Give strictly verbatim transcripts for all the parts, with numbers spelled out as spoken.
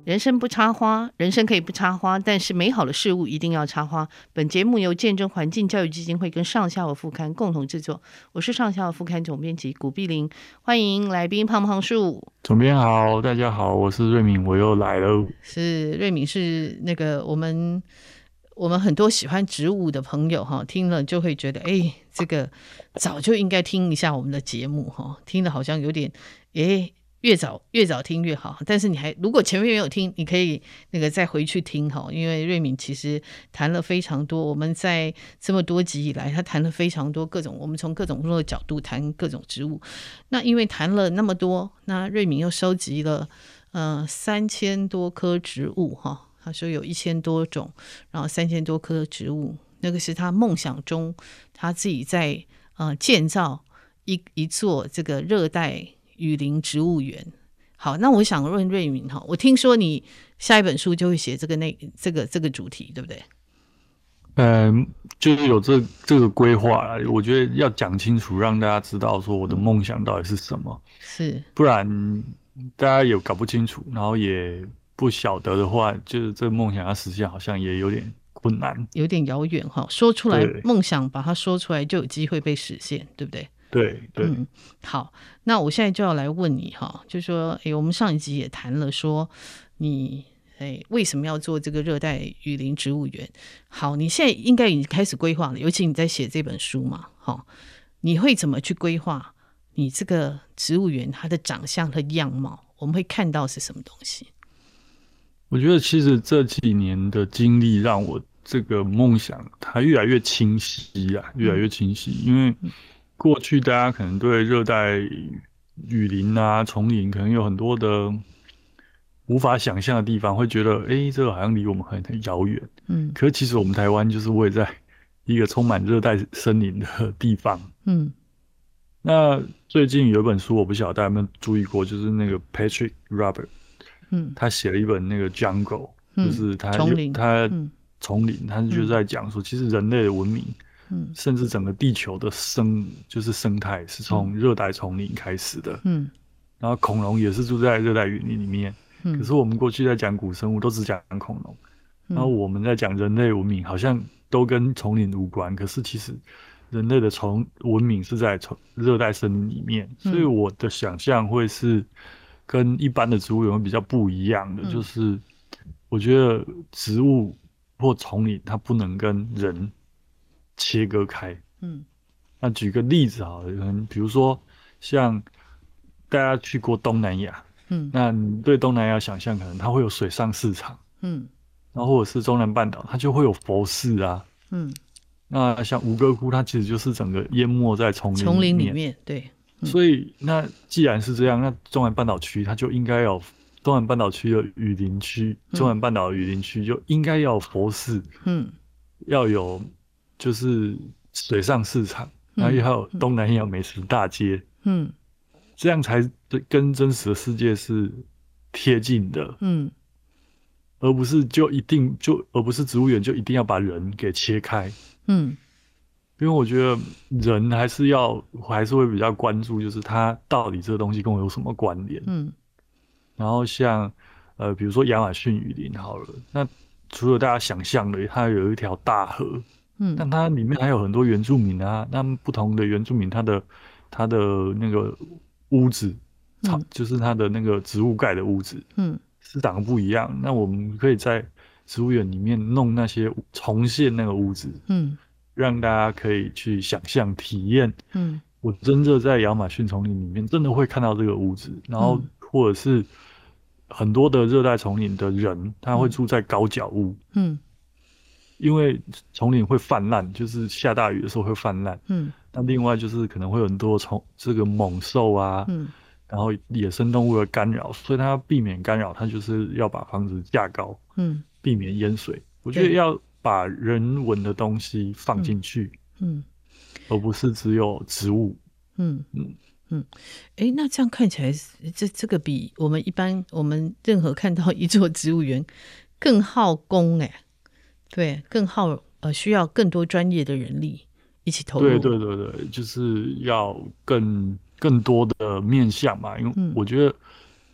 人生不插花，人生可以不插花，但是美好的事物一定要插花。本节目由见证环境教育基金会跟上下游副刊共同制作，我是上下游副刊总编辑古碧玲，欢迎来宾胖胖树。 总编好，大家好，我是瑞敏，我又来了。 是瑞敏，是那个我们我们很多喜欢植物的朋友哈，听了就会觉得，哎，这个早就应该听一下我们的节目哈，听了好像有点，哎。越早越早听越好，但是你还如果前面没有听，你可以那个再回去听哈，因为瑞敏其实谈了非常多，我们在这么多集以来，他谈了非常多各种，我们从各种的角度谈各种植物。那因为谈了那么多，那瑞敏又收集了呃三千多棵植物哈，他说有一千多种，然后三千多棵植物，那个是他梦想中他自己在呃建造一一座这个热带雨林植物园。好，那我想问瑞敏哈，我听说你下一本书就会写这个那这个这个主题，对不对？ 嗯，就是有这这个规划啦，我觉得要讲清楚，让大家知道说我的梦想到底是什么， 是， 不然大家也搞不清楚，然后也不晓得的话，就是这个梦想要实现好像也有点困难， 有点遥远哈。说出来对梦想，把它说出来就有机会被实现，对不对？ 对对、 嗯，好，那我现在就要来问你哈，就说，哎，我们上一集也谈了说你哎为什么要做这个热带雨林植物园？好，你现在应该已经开始规划了，尤其你在写这本书嘛，哈，你会怎么去规划你这个植物园它的长相和样貌？我们会看到是什么东西？ 我觉得其实这几年的经历让我这个梦想它越来越清晰啊，越来越清晰。因为过去大家可能对热带雨林啊、丛林可能有很多的无法想象的地方，会觉得诶，这个好像离我们很很遥远。 嗯可是其实我们台湾就是位在一个充满热带森林的地方。 嗯那最近有一本书，我不晓得大家有没有注意过，就是那个 Patrick Robert。 嗯他写了一本那个《Jungle》，就嗯， 是他丛林， 他嗯丛林，他就在讲说，其实人类的文明， 嗯甚至整个地球的生就是生态，是从热带丛林开始的。 嗯然后恐龙也是住在热带雨林里面。可嗯是我们过去在讲古生物，都只讲恐龙，然后嗯我们在讲人类文明，好像都跟丛林无关。可是其实人类的丛文明是在丛热带森林里面，所以嗯我的想象会是跟一般的植物园会比较不一样的，就嗯是我觉得植物或丛林它不能跟人切割开。 嗯那举个例子好了，可能比如说像大家去过东南亚， 嗯那你对东南亚想象可能它会有水上市场， 嗯然后或者是中南半岛，它就会有佛寺啊。 嗯， 那像吴哥窟，它其实就是整个淹没在丛林丛里面。 林里面，对，嗯所以那既然是这样，那中南半岛区它就应该有中南半岛区的雨林区，中南半岛的雨林区就应该要有佛寺， 嗯要有就是水上市场，然后嗯要有东南亚美食大街， 嗯这样才跟真实的世界是贴近的。 嗯而不是就一定就而不是植物园就一定要把人给切开。 嗯因为我觉得人还是要我还是会比较关注，就是它到底这个东西跟我有什么关联。 嗯然后像呃比如说亚马逊雨林好了，那除了大家想象的它有一条大河， 嗯但它里面还有很多原住民啊，那不同的原住民他的他的那个屋子，草嗯就是他的那个植物盖的屋子， 嗯是长得不一样。那我们可以在植物园里面弄那些重现那个屋子， 嗯让大家可以去想象体验。 嗯我真的在亚马逊丛林里面真的会看到这个屋子，然后嗯或者是很多的热带丛林的人，他会住在高脚屋， 嗯因为丛林会泛滥，就是下大雨的时候会泛滥。 嗯那另外就是可能会有很多虫这个猛兽啊， 嗯然后野生动物的干扰，所以它要避免干扰，它就是要把房子架高， 嗯， 避免淹水。我觉得对， 要把人文的东西放进去， 嗯而不是只有植物。 嗯嗯， 嗯，哎，那这样看起来，这这个比我们一般我们任何看到一座植物园更耗工哎，对，更耗呃需要更多专业的人力一起投入。 对对对对，就是要更更多的面向嘛，因为嗯我觉得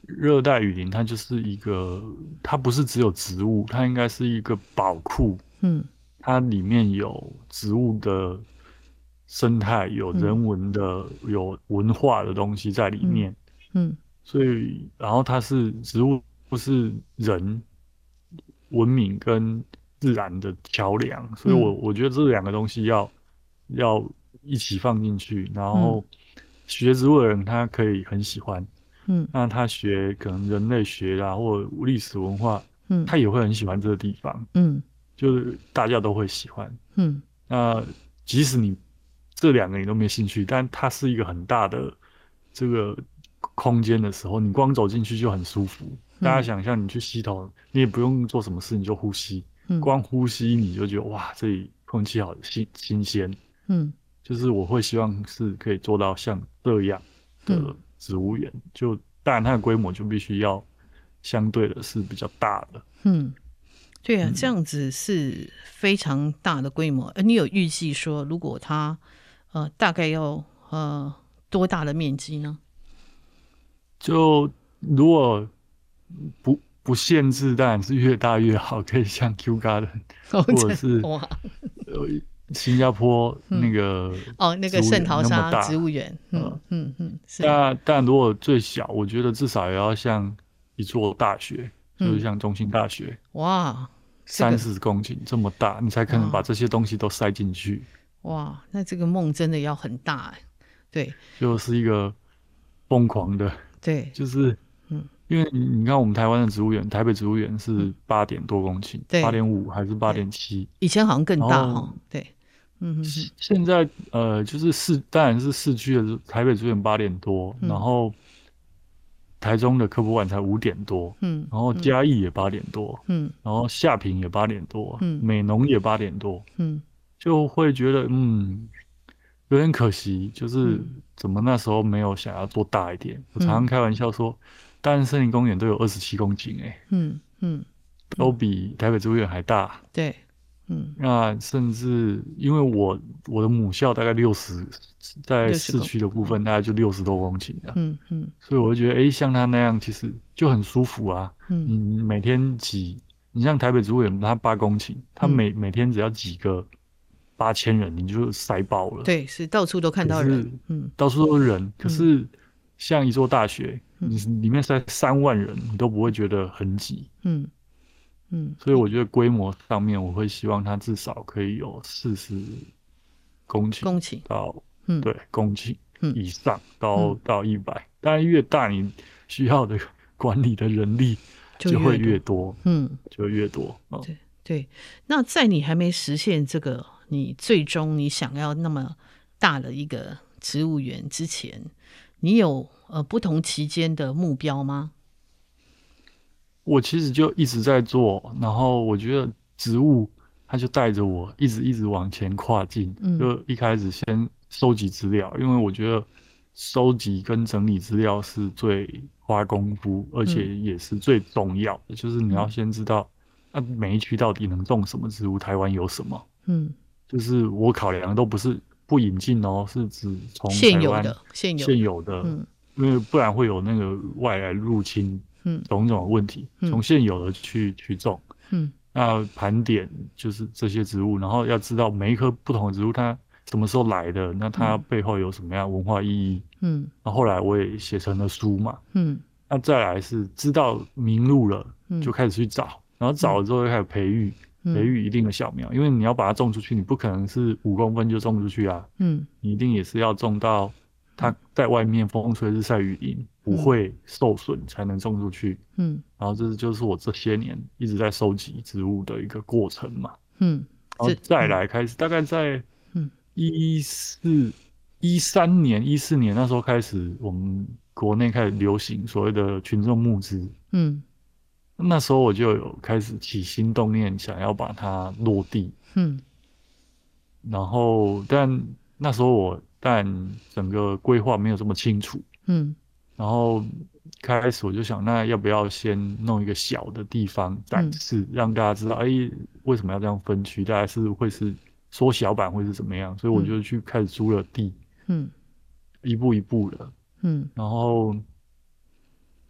热带雨林它就是一个，它不是只有植物，它应该是一个宝库。 嗯它里面有植物的生态，有嗯人文的，有文化的东西在里嗯面。 嗯所以，然后它是植物，不是人文明跟自然的桥梁。所以我嗯我觉得这两个东西要要一起放进去，然嗯后学植物的人他可以很喜欢。 嗯那他学可能人类学啦，或历史文化， 嗯他也会很喜欢这个地方， 嗯就是大家都会喜欢。 嗯那即使你这两个你都没兴趣，但它是一个很大的这个空间的时候，你光走进去就很舒服。大家嗯想象你去溪头，你也不用做什么事，你就呼吸， 嗯光呼吸你就觉得哇，这里空气好新新鲜。 嗯就是我会希望是可以做到像这样的植物园，就当然它的规模就必须要相对的是比较大的。 嗯，对啊，这嗯， 样子是非常大的规模。呃，你有预计说，如果它呃大概要呃多大的面积呢？ 就如果不不限制，当然是越大越好，可以像 Q Garden 哦， 或者这是哇， 呃新加坡那嗯， 个哦，那个植物园圣淘沙植那么大。 物园，嗯呃， 嗯嗯，是， 但但如果最小，我觉得至少也要像一座大学，就是嗯， 像中心大学， 哇，这三个十公顷这么大，你才可能把哇这些东西都塞进去， 哇，那这个梦真的要很大哎，对就是一个疯狂的， 对， 就是嗯因为你你看我们台湾的植物园，台北植物园嗯， 是八点多公顷，八对点五还是八对， 点七， 以前好像更然后大哈，对，嗯嗯嗯现在呃就是市当然是市区的台北植物园八点多，然嗯后台中的科博馆才五点多， 嗯然后嗯嘉义也八点多， 嗯然后下平也八点多， 嗯美浓也八点多， 嗯就会觉得嗯有点可惜，就是嗯怎么那时候没有想要做大一点。我常常嗯开玩笑说，大安森林公园都有二十七公顷，诶， 嗯嗯都嗯， 比台北植物园还大。 对，嗯， 那甚至因为我我的母校大概六十，在六十公， 市区的部嗯分大概就六十多公顷的， 嗯嗯所以我就觉得，诶，像他那样其实就很舒服啊。 嗯你每天挤，你像台北植物园，它八公顷，它嗯， 每每天只要挤个八千人，你就塞爆了。 对，是到处都看到人， 可是嗯到处都是人，可嗯是像一座大学，你嗯里面塞三万人，你都不会觉得很挤。 嗯嗯， 所以我觉得规模上面，我会希望它至少可以有四十公顷恭喜， 到嗯对公顷嗯以上到嗯， 到一百。当然越大，你需要的管理的人力就会就越多， 越多， 嗯。 就越多。嗯， 对对，那在你还没实现这个你最终你想要那么大的一个植物园之前，你有呃不同期间的目标吗？ 我其实就一直在做，然后我觉得植物它就带着我一直一直往前跨进。 嗯就一开始先收集资料，因为我觉得收集跟整理资料是最花功夫，而且嗯也是最重要的。就是你要嗯先知道，那每一区到底能种什么植物，台湾有什么。 嗯， 就是我考量的都不是不引进哦，是指从台湾现有的现有现的， 有的， 嗯因为不然会有那个外来入侵嗯种种的问题， 嗯从现有的去去种。 嗯那盘点就是这些植物，然后要知道每一棵不同的植物它什么时候来的，那它嗯背后有什么样文化意义。 嗯那后来我也写成了书嘛。 嗯那再来是知道名录了，就嗯开始去找，然后找了之后就开始培育，培嗯育一定的小苗，因为你要把它种出去，你不可能是五公分就种出去啊， 嗯你一定也是要种到它在外面风吹日晒雨淋不嗯会受损才能种出去。 嗯然后这就是我这些年一直在收集植物的一个过程嘛。 嗯， 然后这再来开始，大概在嗯一四一三年、一四年那时候开始，我们国内开始流行所谓的群众募资。 嗯那时候我就有开始起心动念，想要把它落地。 嗯然后，但那时候我但整个规划没有这么清楚。 嗯然后开始我就想，那要不要先弄一个小的地方展嗯示，让大家知道，哎，为什么要这样分区？大概是会是缩小版会是怎么样？所以我嗯就去开始租了地， 嗯一步一步的。 嗯然后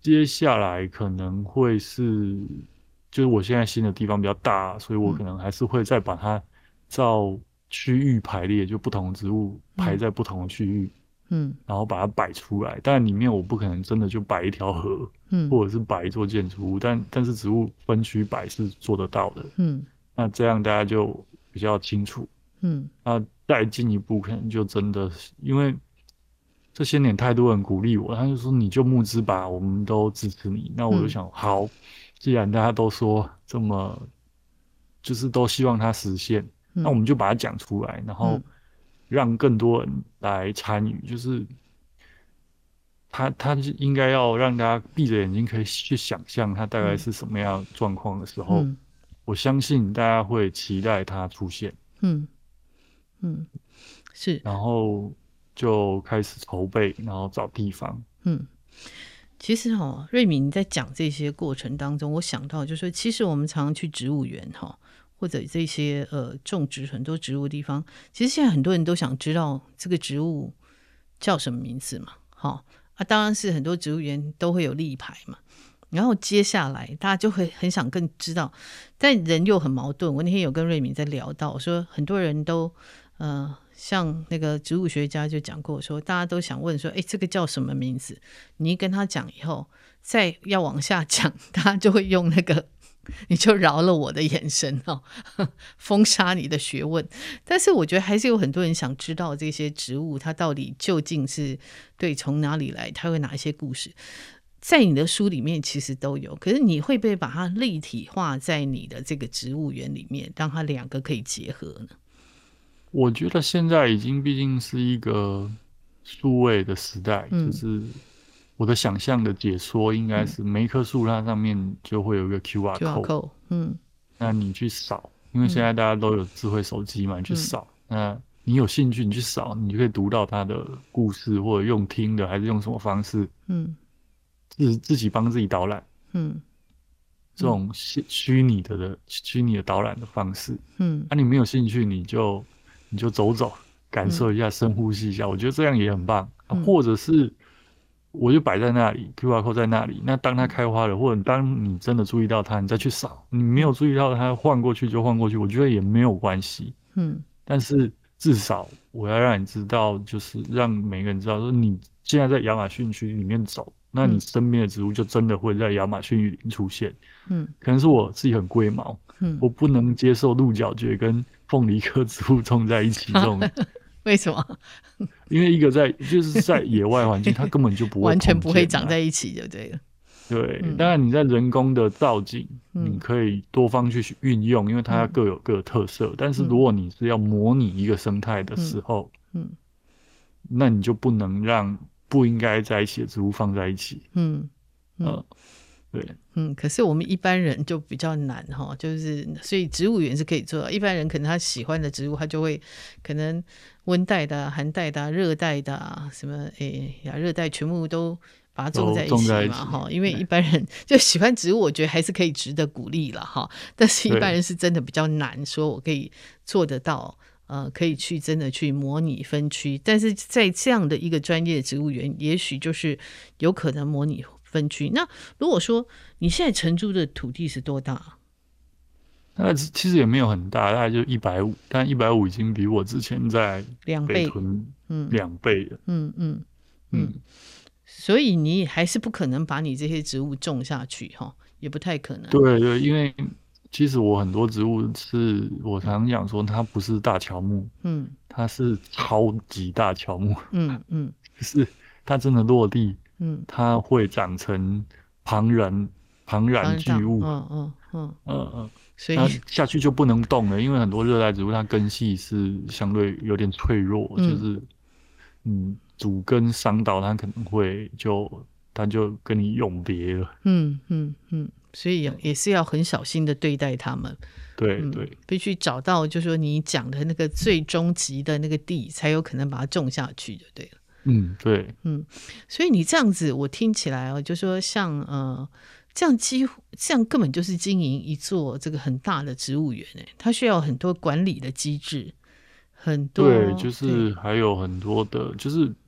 接下来可能会是，就是我现在新的地方比较大，所以我可能还是会再把它照区域排列，就不同的植物排在不同的区域， 嗯， 然后把它摆出来。但里面我不可能真的就摆一条河， 嗯， 或者是摆一座建筑物，但但是植物分区摆是做得到的。 嗯， 那这样大家就比较清楚。 嗯， 那再进一步，可能就真的是因为这些年太多人鼓励我，他就说你就募资吧，我们都支持你。那我就想，好，既然大家都说这么，就是都希望它实现，那我们就把它讲出来，然后让更多人来参与。就是他他是应该要让大家闭着眼睛可以去想象它大概是什么样的状况的时候，我相信大家会期待它出现。 嗯嗯，是， 然后就开始筹备，然后找地方。 嗯，其实哈，瑞敏在讲这些过程当中，我想到就是说，其实我们常常去植物园哈，或者这些呃种植很多植物的地方，其实现在很多人都想知道这个植物叫什么名字嘛，哈啊，当然是很多植物园都会有立牌嘛。然后接下来大家就会很想更知道，但人又很矛盾。我那天有跟瑞敏在聊到，说很多人都呃，像那个植物学家就讲过说，大家都想问说，哎，这个叫什么名字？你一跟他讲以后，再要往下讲，他就会用那个你就饶了我的眼神哦，封杀你的学问。但是我觉得还是有很多人想知道这些植物它到底究竟是对从哪里来，它有哪一些故事。在你的书里面其实都有，可是你会不会把它立体化在你的这个植物园里面，让它两个可以结合呢？ 我觉得现在已经毕竟是一个数位的时代，嗯、就是我的想象的解说应该是每一棵树它上面就会有一个 Q R code， 嗯，那你去扫，因为现在大家都有智慧手机嘛，你去扫，嗯、那你有兴趣你去扫，你就可以读到它的故事，或者用听的还是用什么方式，嗯。自自己帮自己导览，嗯，这种虚虚拟的的虚拟的导览的方式，嗯，啊，你没有兴趣，你就你就走走，感受一下，深呼吸一下，我觉得这样也很棒。啊、或者是我就摆在那里 ，Q R code 在那里，那当它开花了，或者当你真的注意到它，你再去扫；你没有注意到它，换过去就换过去，我觉得也没有关系，嗯。但是至少我要让你知道，就是让每个人知道，说你现在在亚马逊区里面走。那你身边的植物就真的会在亚马逊雨林出现，嗯，可能是我自己很龟毛，嗯，我不能接受鹿角蕨跟凤梨科植物种在一起这种， 为什么？ 因为一个在就是在野外环境，它根本就不会完全不会长在一起，就对了。 对，当然你在人工的造景，你可以多方去运用，因为它各有各的特色。但是如果你是要模拟一个生态的时候，嗯，那你就不能让不应该在一起的植物放在一起，嗯，呃，对， 嗯，可是我们一般人就比较难哈，就是所以植物园是可以做到，一般人可能他喜欢的植物，他就会可能温带的、寒带的、热带的，什么诶亚热带全部都把它种在一起嘛哈，因为一般人就喜欢植物，我觉得还是可以值得鼓励了哈，但是一般人是真的比较难，说我可以做得到。呃，可以去真的去模拟分区，但是在这样的一个专业植物园，也许就是有可能模拟分区。那如果说你现在承租的土地是多大？ 那其实也没有很大，大概就一百五，但一百五已经比我之前在北屯嗯两倍了， 嗯嗯嗯，嗯所以你还是不可能把你这些植物种下去哈，也不太可能。 对对，因为。其实我很多植物是我常常讲说，它不是大乔木，嗯，它是超级大乔木，嗯嗯，就是它真的落地，嗯，它会长成庞然庞然巨物，嗯嗯嗯嗯嗯，所以它下去就不能动了，因为很多热带植物它根系是相对有点脆弱，嗯、就是嗯主根伤到它可能会就它就跟你永别了， 嗯嗯嗯。所以也是要很小心的对待他们， 对对、嗯， 必须找到就是说你讲的那个最终极的那个地，才有可能把它种下去就对了。 嗯，对， 嗯，所以你这样子我听起来哦，就说像呃这样几乎这样根本就是经营一座这个很大的植物园哎，它需要很多管理的机制，很多对，就是还有很多的，就是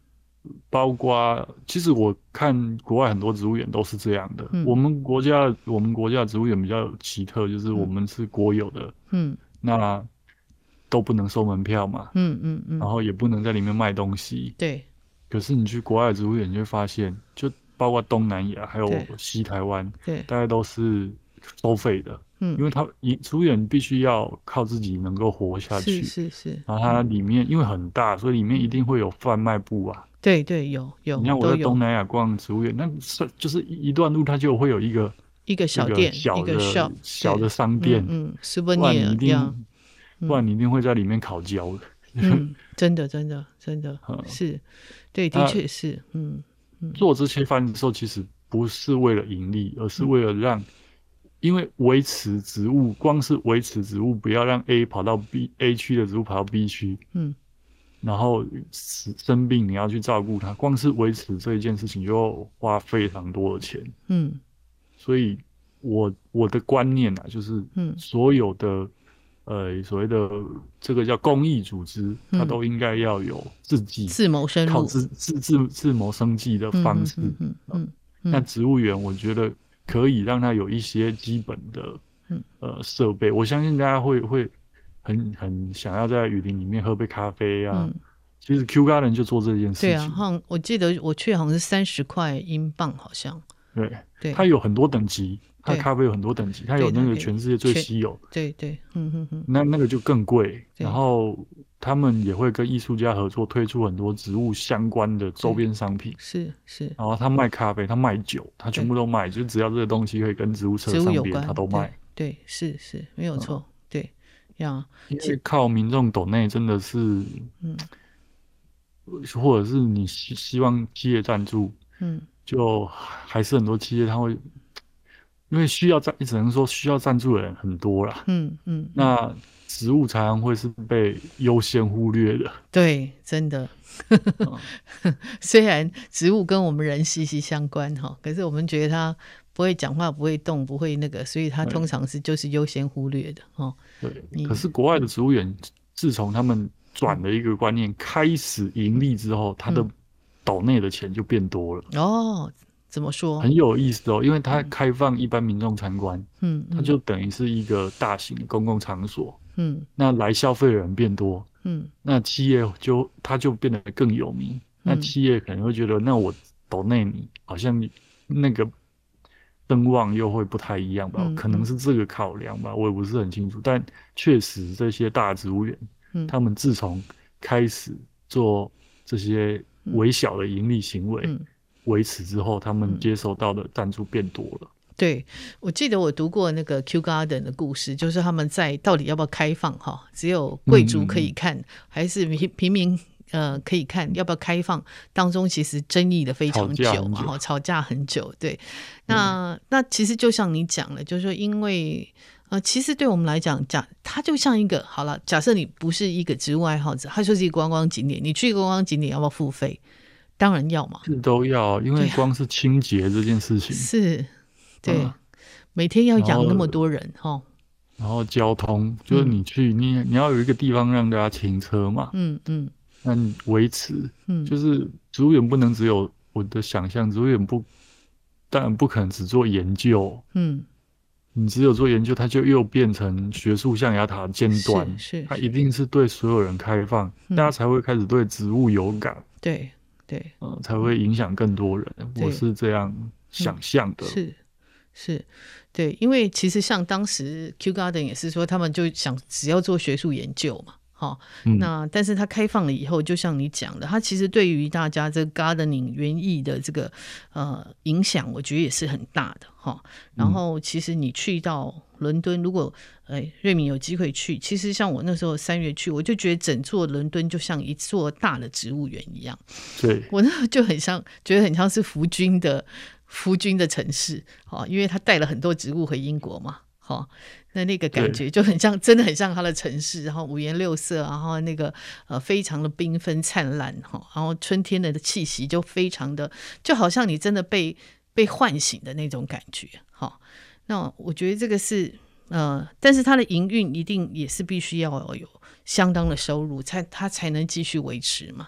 包括其实我看国外很多植物园都是这样的。 嗯、 我们国家我们国家的植物园比较奇特，就是我们是国有的， 嗯， 那都不能收门票嘛， 嗯嗯嗯， 然后也不能在里面卖东西。 对。 可是你去国外的植物园，你会发现，就包括东南亚还有西台湾， 对， 大概都是收费的。 嗯， 因为它植物园必须要靠自己能够活下去， 是是是， 然后它里面因为很大，所以里面一定会有贩卖部啊。 对对，有有， 你看我在东南亚逛植物园，那是就是一段路，它就会有一个一个小店， 一个 shop 小的商店， 嗯， 嗯， 不然你一定，不然你一定会在里面烤焦的。 嗯，真的真的真的是，对，的确是，嗯嗯。 做这些贩售其实不是为了盈利，而是为了让。因为维持植物，光是维持植物，不要让 A 跑到 B，A 区的植物跑到 B 区，嗯，然后生病你要去照顾它，光是维持这一件事情就要花非常多的钱，嗯，所以我我的观念啊，就是，嗯，所有的呃所谓的这个叫公益组织，它都应该要有自己自谋生路， 靠自自自自谋生计的方式，嗯嗯嗯，那植物园我觉得。可以让它有一些基本的呃设备，我相信大家会会很很想要在雨林里面喝杯咖啡啊。嗯、其实 Q Garden 就做这件事情。 对啊，好像我记得我去好像是三十块英镑，好像。 对对， 它有很多等级，它咖啡有很多等级，它有那个全世界最稀有。 对对，嗯嗯嗯。 那那个就更贵，然后他们也会跟艺术家合作，推出很多植物相关的周边商品。 是是。 然后他卖咖啡，他卖酒，他全部都卖，就只要这个东西可以跟植物扯上边，他都卖。 对，是是，没有错。对，呀， 因为靠民众抖内真的是，嗯，或者是你希希望企业赞助，嗯，就还是很多企业他会。因为需要赞，只能说需要赞助的人很多啦。嗯嗯，那植物常常会是被优先忽略的。 对，真的。虽然植物跟我们人息息相关哈，可是我们觉得它不会讲话、不会动、不会那个，所以它通常是就是优先忽略的哈。 对，可是国外的植物园，自从他们转了一个观念，开始盈利之后，它的岛内的钱就变多了。 哦。怎么说？ 很有意思哦，因为它开放一般民众参观，嗯，它就等于是一个大型的公共场所，嗯，那来消费的人变多，嗯，那企业就它就变得更有名，嗯、那企业可能会觉得，那我抖内你好像那个声望又会不太一样吧，嗯、可能是这个考量吧，我也不是很清楚，但确实这些大植物园，嗯，他们自从开始做这些微小的盈利行为，嗯。维持之后，他们接收到的赞助变多了。 对，我记得我读过那个 Q Garden 的故事，就是他们在到底要不要开放哈，只有贵族可以看，嗯、还是平平民呃可以看，要不要开放？当中其实争议的非常久嘛，哈，吵架很久。对，那、嗯、那其实就像你讲了，就是说因为。呃，其实对我们来讲，假它就像一个好了，假设你不是一个植物爱好者，它就是一个观光景点，你去一个观光景点要不要付费？当然要嘛， 是都要，因为光是清洁这件事情， 是，对，嗯、每天要养那么多人哈， 然后交通就是你去，嗯、你你要有一个地方让大家停车嘛，嗯嗯，那你维持，嗯，就是植物园不能只有我的想象，植物园不，当然不可能只做研究，嗯，你只有做研究，它就又变成学术象牙塔尖端， 是，是它一定是对所有人开放，嗯、大家才会开始对植物有感， 对。对， 嗯，才会影响更多人。我是这样想象的。 嗯、是，是，对，因为其实像当时 Q Garden 也是说，他们就想只要做学术研究嘛，哈、嗯，那但是它开放了以后，就像你讲的，它其实对于大家这个 gardening 园艺的这个呃影响，我觉得也是很大的哈。然后其实你去到伦敦，如果哎，瑞敏有机会去，其实像我那时候三月去，我就觉得整座伦敦就像一座大的植物园一样。 对， 我那时候就很像，觉得很像是福军的福军的城市，哦，因为他带了很多植物回英国嘛，哦，那那个感觉就很像，真的很像他的城市，然后五颜六色，然后那个呃非常的缤纷灿烂，哈，然后春天的气息就非常的，就好像你真的被被唤醒的那种感觉，哈。那我觉得这个是。呃，但是它的营运一定也是必须要有相当的收入，才它才能继续维持嘛。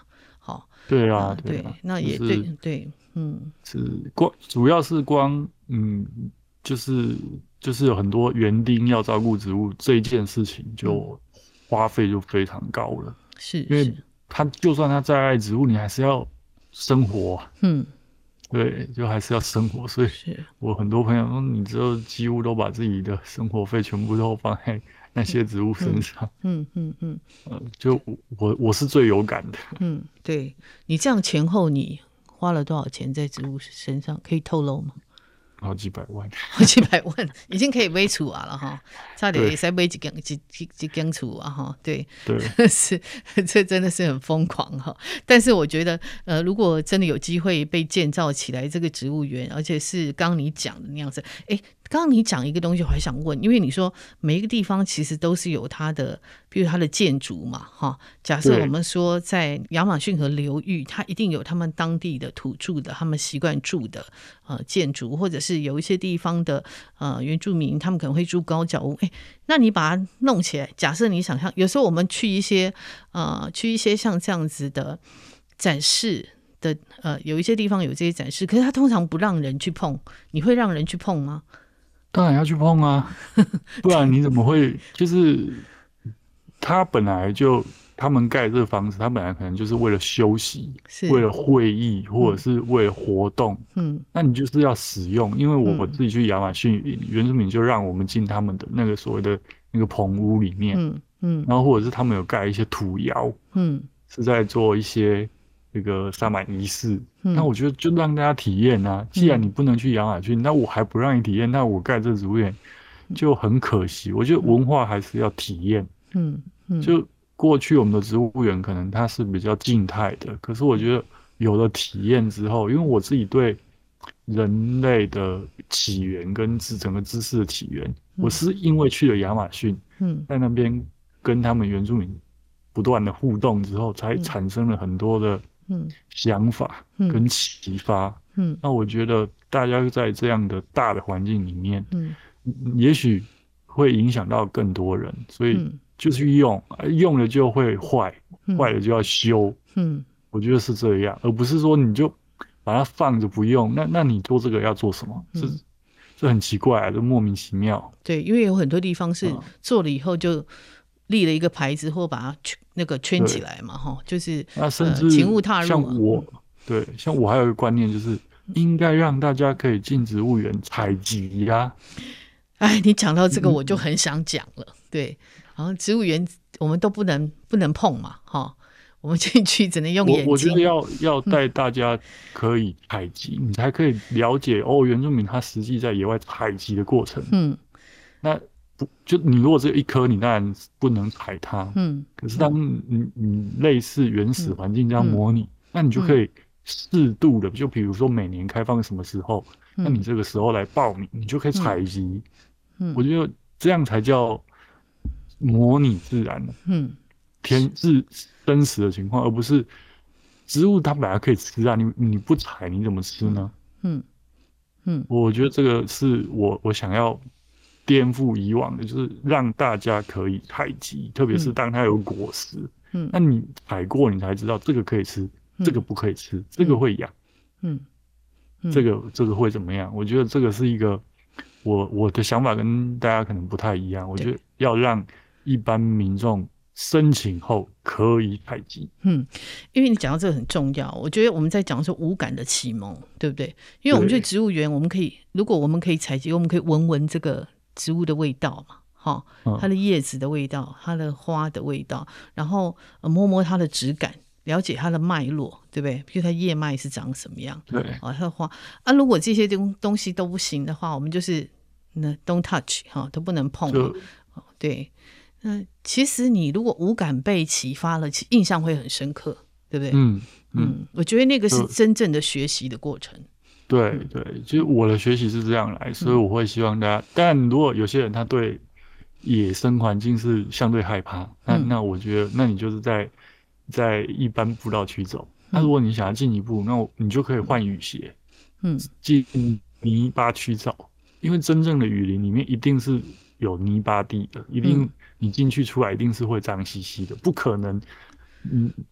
好， 对啊， 啊，对， 对啊， 那也就是对对，嗯是光主要是光嗯，就是就是有很多园丁要照顾植物这一件事情， 嗯， 就花费就非常高了，因为是是， 他就算他再爱植物，你还是要生活啊， 嗯对，就还是要生活，所以是， 我很多朋友说，你之后几乎都把自己的生活费全部都放在那些植物身嗯上， 嗯嗯嗯呃，就我我是最有感的， 嗯，对你这样前后你花了多少钱在植物身上，可以透露吗？ 好几百万， 好几百万，已经可以买厝啊了哈，差点对也才买一间一一一间厝啊哈，对， 对， 是这真的是很疯狂哈。但是我觉得，呃，如果真的有机会被建造起来这个植物园，而且是刚刚你讲的那样子，哎，刚刚你讲一个东西，我还想问，因为你说每一个地方其实都是有它的，比如它的建筑嘛，哈。假设对我们说在亚马逊河流域，它一定有他们当地的土著的，他们习惯住的呃建筑，或者是有一些地方的呃原住民，他们可能会住高脚屋。哎，那你把它弄起来，假设你想象，有时候我们去一些呃去一些像这样子的展示的呃，有一些地方有这些展示，可是它通常不让人去碰，你会让人去碰吗？ 当然要去碰啊，不然你怎么会？就是他本来就他们盖这个房子，他本来可能就是为了休息， 是为了会议，或者是为了活动。 嗯那你就是要使用，因为我嗯自己去亚马逊原住民就让我们进他们的那个所谓的那个棚屋里面， 嗯嗯然后或者是他们有盖一些土窑， 嗯是在做一些这个萨满仪式。那嗯我觉得就让大家体验啊，既然你不能去亚马逊，那我还不让你体验，那我盖这植物园就很可惜。我觉得文化还是要体验。 嗯嗯， 就过去我们的植物园可能它是比较静态的，可是我觉得有了体验之后，因为我自己对人类的起源跟知整个知识的起源，我是因为去了亚马逊， 嗯在那边跟他们原住民不断的互动之后，才产生了很多的嗯想法跟启发。 嗯那我觉得大家在这样的大的环境里面， 嗯也许会影响到更多人，所以嗯就去用，呃用了就会坏，坏了就要修。 嗯我觉得是这样，而不是说你就把它放着不用。那那你做这个要做什么？是这很奇怪啊，这莫名其妙。 对，因为有很多地方是嗯做了以后就立了一个牌子，或把它圈那个圈起来嘛，哈，就是呃那甚至请勿踏入像啊。 我，对，像我还有一个观念，就是应该让大家可以进植物园采集呀。 哎，你讲到这个， 嗯我就很想讲了。对，然后植物园我们都不能不能碰嘛，哈，我们进去只能用眼睛。 我我觉得要要带大家可以采集，你才可以了解哦，原住民他实际在野外采集的过程。 嗯那不就你如果只有一颗，你当然不能采它。 嗯可是当你你类似原始环境这样模拟， 嗯那你就可以适度的，就比如说每年开放什么时候， 嗯那你这个时候来报名，你就可以采集。 嗯我觉得这样才叫模拟自然的嗯天是真实的情况，而不是植物它本来可以吃啊，你你不采你怎么吃呢？ 嗯嗯我觉得这个是我我想要颠覆以往的，就是让大家可以采集，特别是当它有果实， 嗯那你采过你才知道这个可以吃，这个不可以吃，这个会痒， 嗯嗯这个这个会怎么样？我觉得这个是一个我我的想法跟大家可能不太一样，我觉得要让一般民众申请后可以采集。 嗯，因为你讲到这个很重要，我觉得我们在讲的是五感的启蒙，对不对？因为我们去植物园，我们可以，如果我们可以采集，我们可以闻闻这个植物的味道嘛，哈，它的叶子的味道，它的花的味道，然后摸摸它的质感，了解它的脉络，对不对？比如它叶脉是长什么样， 对， 啊，它的花啊，如果这些东东西都不行的话，我们就是那 don't touch 哈，都不能碰嘛，对。那其实你如果五感被启发了，印象会很深刻，对不对？ 嗯嗯, 嗯，我觉得那个是真正的学习的过程。 对对，其实我的学习是这样来，所以我会希望大家。但如果有些人他对野生环境是相对害怕，那那我觉得，那你就是在在一般步道区走。那如果你想要进一步，那你就可以换雨鞋， 嗯， 进泥巴区走，因为真正的雨林里面一定是有泥巴地的，一定你进去出来一定是会脏兮兮的，不可能，嗯。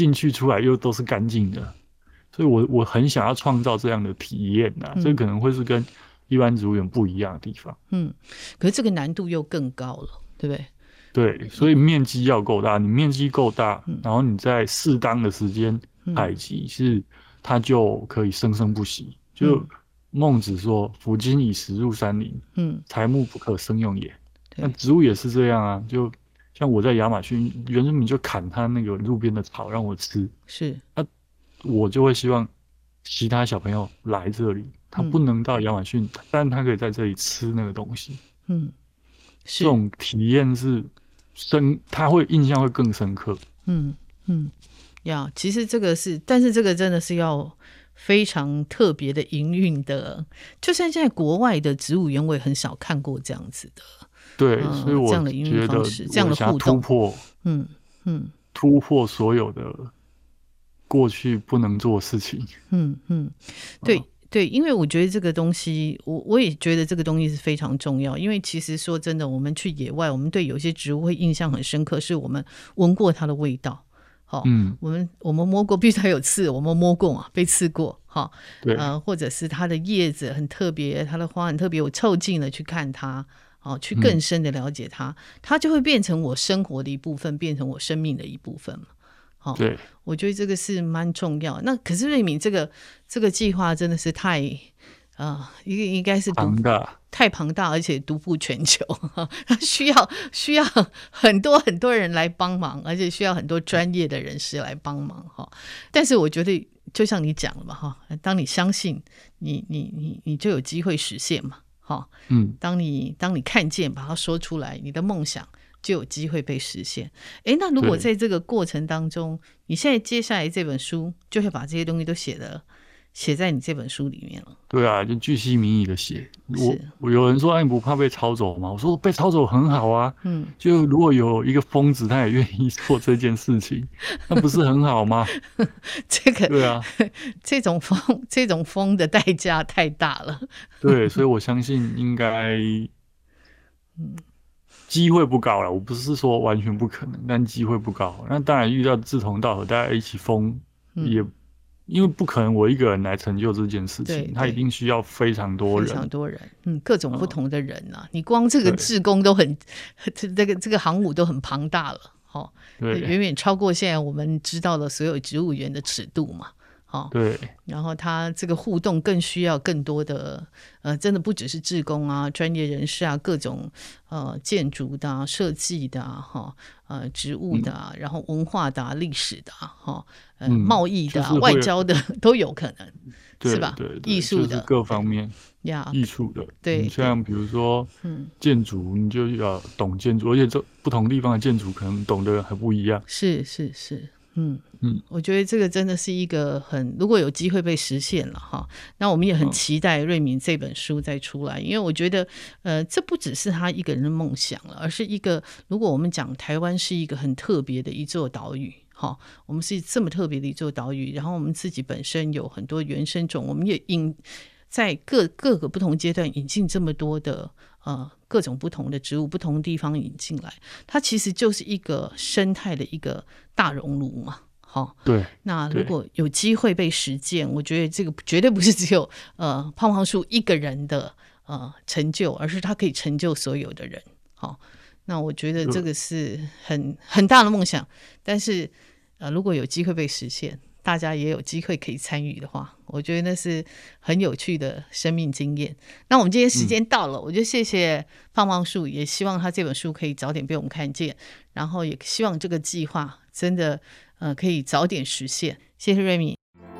进去出来又都是干净的，所以我我很想要创造这样的体验啊，嗯、这可能会是跟一般植物园不一样的地方。 嗯，可是这个难度又更高了，对不对？ 对，所以面积要够大，你面积够大，嗯、然后你在适当的时间采集，是它就可以生生不息。就孟子说：“夫今以食入山林，嗯，材木不可生用也。”那植物也是这样啊，就像我在亚马逊，原住民就砍他那个路边的草让我吃， 是， 那、啊、我就会希望其他小朋友来这里，他不能到亚马逊，嗯、但他可以在这里吃那个东西，嗯，这种体验是深，他会印象会更深刻。 嗯嗯，呀，其实这个是，但是这个真的是要非常特别的营运的，就算现在国外的植物园，我也很少看过这样子的。 对，呃、所以我这样的营运方式，这样的互动， 突破， 嗯嗯， 突破所有的过去不能做的事情。 嗯嗯，对。嗯对，因为我觉得这个东西，我我也觉得这个东西是非常重要。因为其实说真的，我们去野外，我们对有些植物会印象很深刻，是我们闻过它的味道。好，嗯，我们我们摸过，比如它有刺，我们摸过嘛，被刺过，哈， 对， 呃，或者是它的叶子很特别，它的花很特别，我凑近了去看它，哦，去更深的了解它，嗯、它就会变成我生活的一部分，变成我生命的一部分嘛。哦， 对， 我觉得这个是蛮重要。那可是瑞敏这个这个计划真的是太呃，应应该是庞大， 太庞大，而且独步全球，它需要需要很多很多人来帮忙，而且需要很多专业的人士来帮忙哈。但是我觉得，就像你讲了嘛哈，当你相信你，你你你就有机会实现嘛哈。嗯，当你当你看见，把它说出来，你的梦想就有机会被实现。诶，那如果在这个过程当中，你现在接下来这本书就会把这些东西都写的写在你这本书里面了。 对啊，就巨细靡遗的写。我我有人说，哎，你不怕被抄走吗？我说被抄走很好啊。嗯，就如果有一个疯子，他也愿意做这件事情，那不是很好吗？ 这个对啊， 这种疯这种疯的代价太大了。 对，所以我相信应该，嗯。机会不高了，我不是说完全不可能，但机会不高。那当然遇到志同道合，大家一起疯，嗯、也因为不可能我一个人来成就这件事情，他一定需要非常多人， 非常多人，嗯，各种不同的人啊。嗯、你光这个志工都很，这个这个航母都很庞大了，哦，对，远远超过现在我们知道的所有植物园的尺度嘛。哦， 对， 然后他这个互动更需要更多的，呃，真的不只是志工啊、专业人士啊、各种呃建筑的、啊、设计的啊、哈呃植物的、啊，嗯、然后文化的、啊、历史的、啊、哈呃、嗯、贸易的、啊就是、 外交的都有可能， 对是吧？ 对对， 艺术的、 就是、各方面呀， 艺术的， 对， 像比如说嗯建筑，你就要懂建筑，而且这不同地方的建筑可能懂的人还不一样， 是是是。嗯嗯，我觉得这个真的是一个很，如果有机会被实现了哈，那我们也很期待瑞敏这本书再出来，因为我觉得呃，这不只是他一个人的梦想了，而是一个，如果我们讲台湾是一个很特别的一座岛屿哈，我们是这么特别的一座岛屿，然后我们自己本身有很多原生种，我们也引在各各个不同阶段引进这么多的呃各种不同的植物，不同的地方引进来，它其实就是一个生态的一个大熔炉嘛。好， 对。 那如果有机会被实践，我觉得这个绝对不是只有呃胖胖树一个人的呃成就，而是它可以成就所有的人。好，那我觉得这个是很很大的梦想，但是呃如果有机会被实现，大家也有机会可以参与的话，我觉得那是很有趣的生命经验。那我们今天时间到了，嗯、我就谢谢胖胖树，也希望他这本书可以早点被我们看见，然后也希望这个计划真的呃可以早点实现。谢谢瑞敏。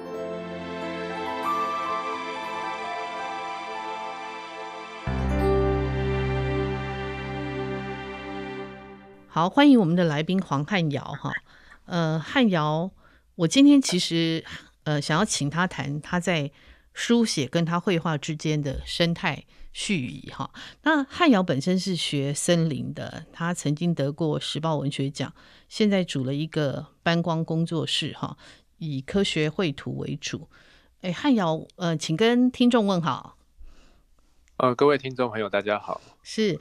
好，欢迎我们的来宾黄汉尧哈，呃，汉尧。我今天其实呃想要请他谈他在书写跟他绘画之间的生态序语哈。那汉尧本身是学森林的，他曾经得过时报文学奖，现在组了一个斑光工作室哈，以科学绘图为主。哎，汉尧呃，请跟听众问好。 呃，各位听众朋友大家好。 是。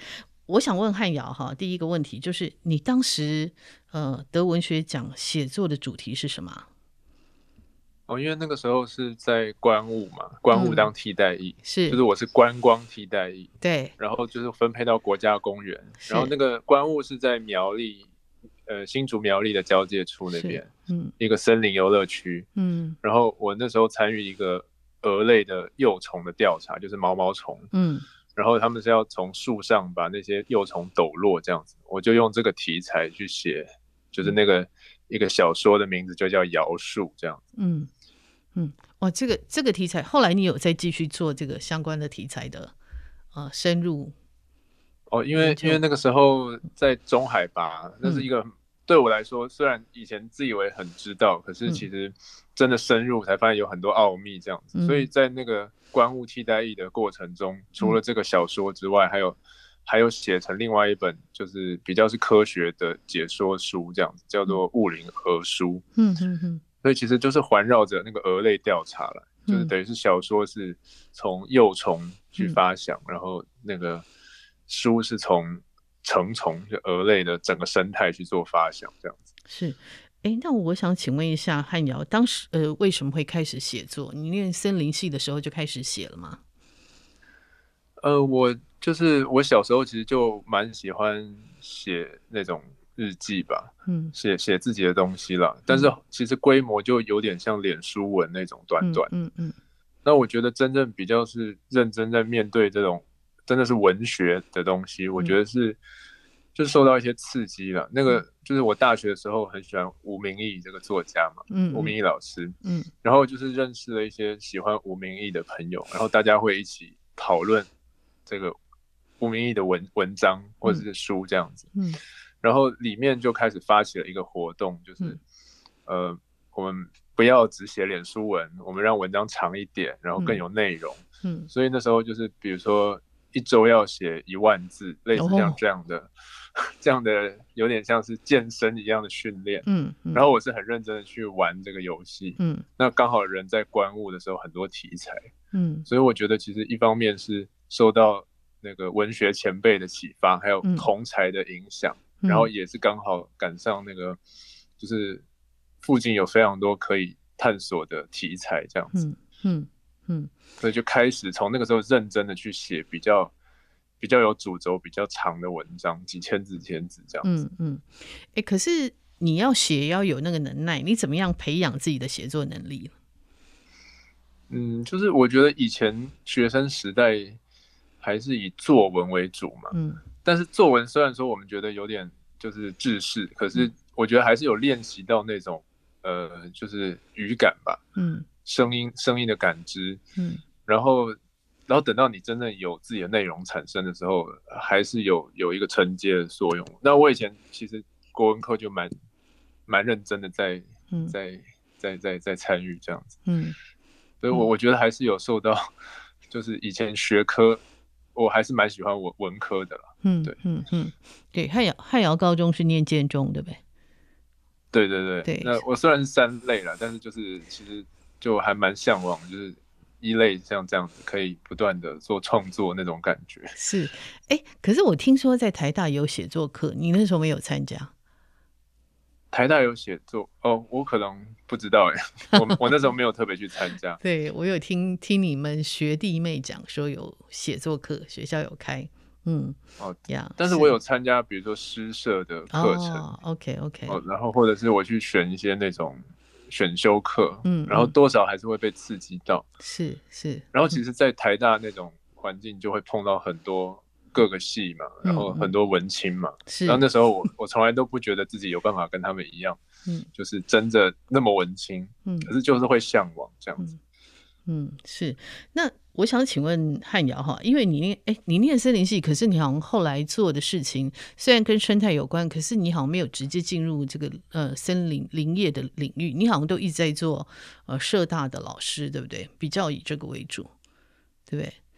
我想问汉瑶哈，第一个问题就是你当时呃得文学奖写作的主题是什么？ 哦，因为那个时候是在观务嘛，观务当替代役， 嗯、是， 就是我是观光替代役， 对， 然后就是分配到国家公园，然后那个观务是在苗栗，呃，新竹苗栗的交界处那边，嗯，一个森林游乐区，嗯，然后我那时候参与一个蛾类的幼虫的调查，就是毛毛虫，嗯，然后他们是要从树上把那些幼虫抖落这样子，我就用这个题材去写，就是那个一个小说的名字就叫摇树这样子， 嗯。嗯，哇，这个这个题材，后来你有再继续做这个相关的题材的呃深入哦，因为因为那个时候在中海拔，那是一个、嗯、对我来说，虽然以前自以为很知道，可是其实真的深入才发现有很多奥秘这样子。嗯、所以在那个观务替代役的过程中，除了这个小说之外，还有还有写成另外一本就是比较是科学的解说书这样子，叫做《雾林蛾书》。嗯嗯嗯。所以其实就是环绕着那个蛾类调查了，嗯、就是等于是小说是从幼虫去发想，嗯、然后那个书是从成虫就蛾类的整个生态去做发想，这样子。 是，哎，那我想请问一下汉瑶，当时呃为什么会开始写作？你念森林系的时候就开始写了吗？ 呃，我就是我小时候其实就蛮喜欢写那种日记吧，嗯，写写自己的东西啦，但是其实规模就有点像脸书文那种短短，嗯 嗯, 嗯。那我觉得真正比较是认真在面对这种真的是文学的东西，我觉得是、嗯、就是受到一些刺激了。那个就是我大学的时候很喜欢吴明益这个作家嘛，嗯，吴明益老师，嗯，然后就是认识了一些喜欢吴明益的朋友，然后大家会一起讨论这个吴明益的文文章或者是书这样子，嗯。嗯然后里面就开始发起了一个活动，就是、嗯、呃，我们不要只写脸书文，我们让文章长一点，然后更有内容。嗯，所以那时候就是比如说一周要写一万字，类似像这样的、哦、这样的有点像是健身一样的训练。嗯，嗯然后我是很认真的去玩这个游戏。嗯，那刚好人在观务的时候很多题材。嗯，所以我觉得其实一方面是受到那个文学前辈的启发，还有同才的影响。嗯然后也是刚好赶上那个，就是附近有非常多可以探索的题材，这样子，嗯嗯嗯，所以就开始从那个时候认真的去写比较比较有主轴、比较长的文章，几千字、几千字这样子。嗯嗯，哎、欸，可是你要写要有那个能耐，你怎么样培养自己的写作能力？ 嗯，就是我觉得以前学生时代还是以作文为主嘛，嗯。但是作文虽然说我们觉得有点就是制式，可是我觉得还是有练习到那种呃就是语感吧，嗯，声音声音的感知，嗯，然后然后等到你真正有自己的内容产生的时候，还是有有一个承接的作用。那我以前其实国文课就蛮蛮认真的在在在在在参与这样子，嗯，所以我我觉得还是有受到就是以前学科。我还是蛮喜欢文文科的啦，嗯，对， 嗯嗯，对，汉瑶汉瑶高中是念建中对不对？ 对对对，对那我虽然是三类啦，但是就是其实就还蛮向往，就是一类像这样子可以不断的做创作那种感觉。 是，哎，可是我听说在台大有写作课，你那时候没有参加？ 台大有写作哦，我可能不知道哎，我我那时候没有特别去参加。 对，我有听听你们学弟妹讲说有写作课，学校有开，嗯， 哦呀，但是我有参加，比如说诗社的课程、 哦、，OK OK， 哦，然后或者是我去选一些那种选修课，嗯，然后多少还是会被刺激到， 是是， 然后其实，在台大那种环境就会碰到很多。各个系嘛，然后很多文青嘛，嗯、然后那时候我我从来都不觉得自己有办法跟他们一样，嗯，就是真的那么文青，嗯，可是就是会向往这样子， 嗯，嗯是。那我想请问汉瑶哈，因为你念哎你念森林系，可是你好像后来做的事情虽然跟生态有关，可是你好像没有直接进入这个呃森林林业的领域，你好像都一直在做呃社大的老师，对不对？比较以这个为主，对不对？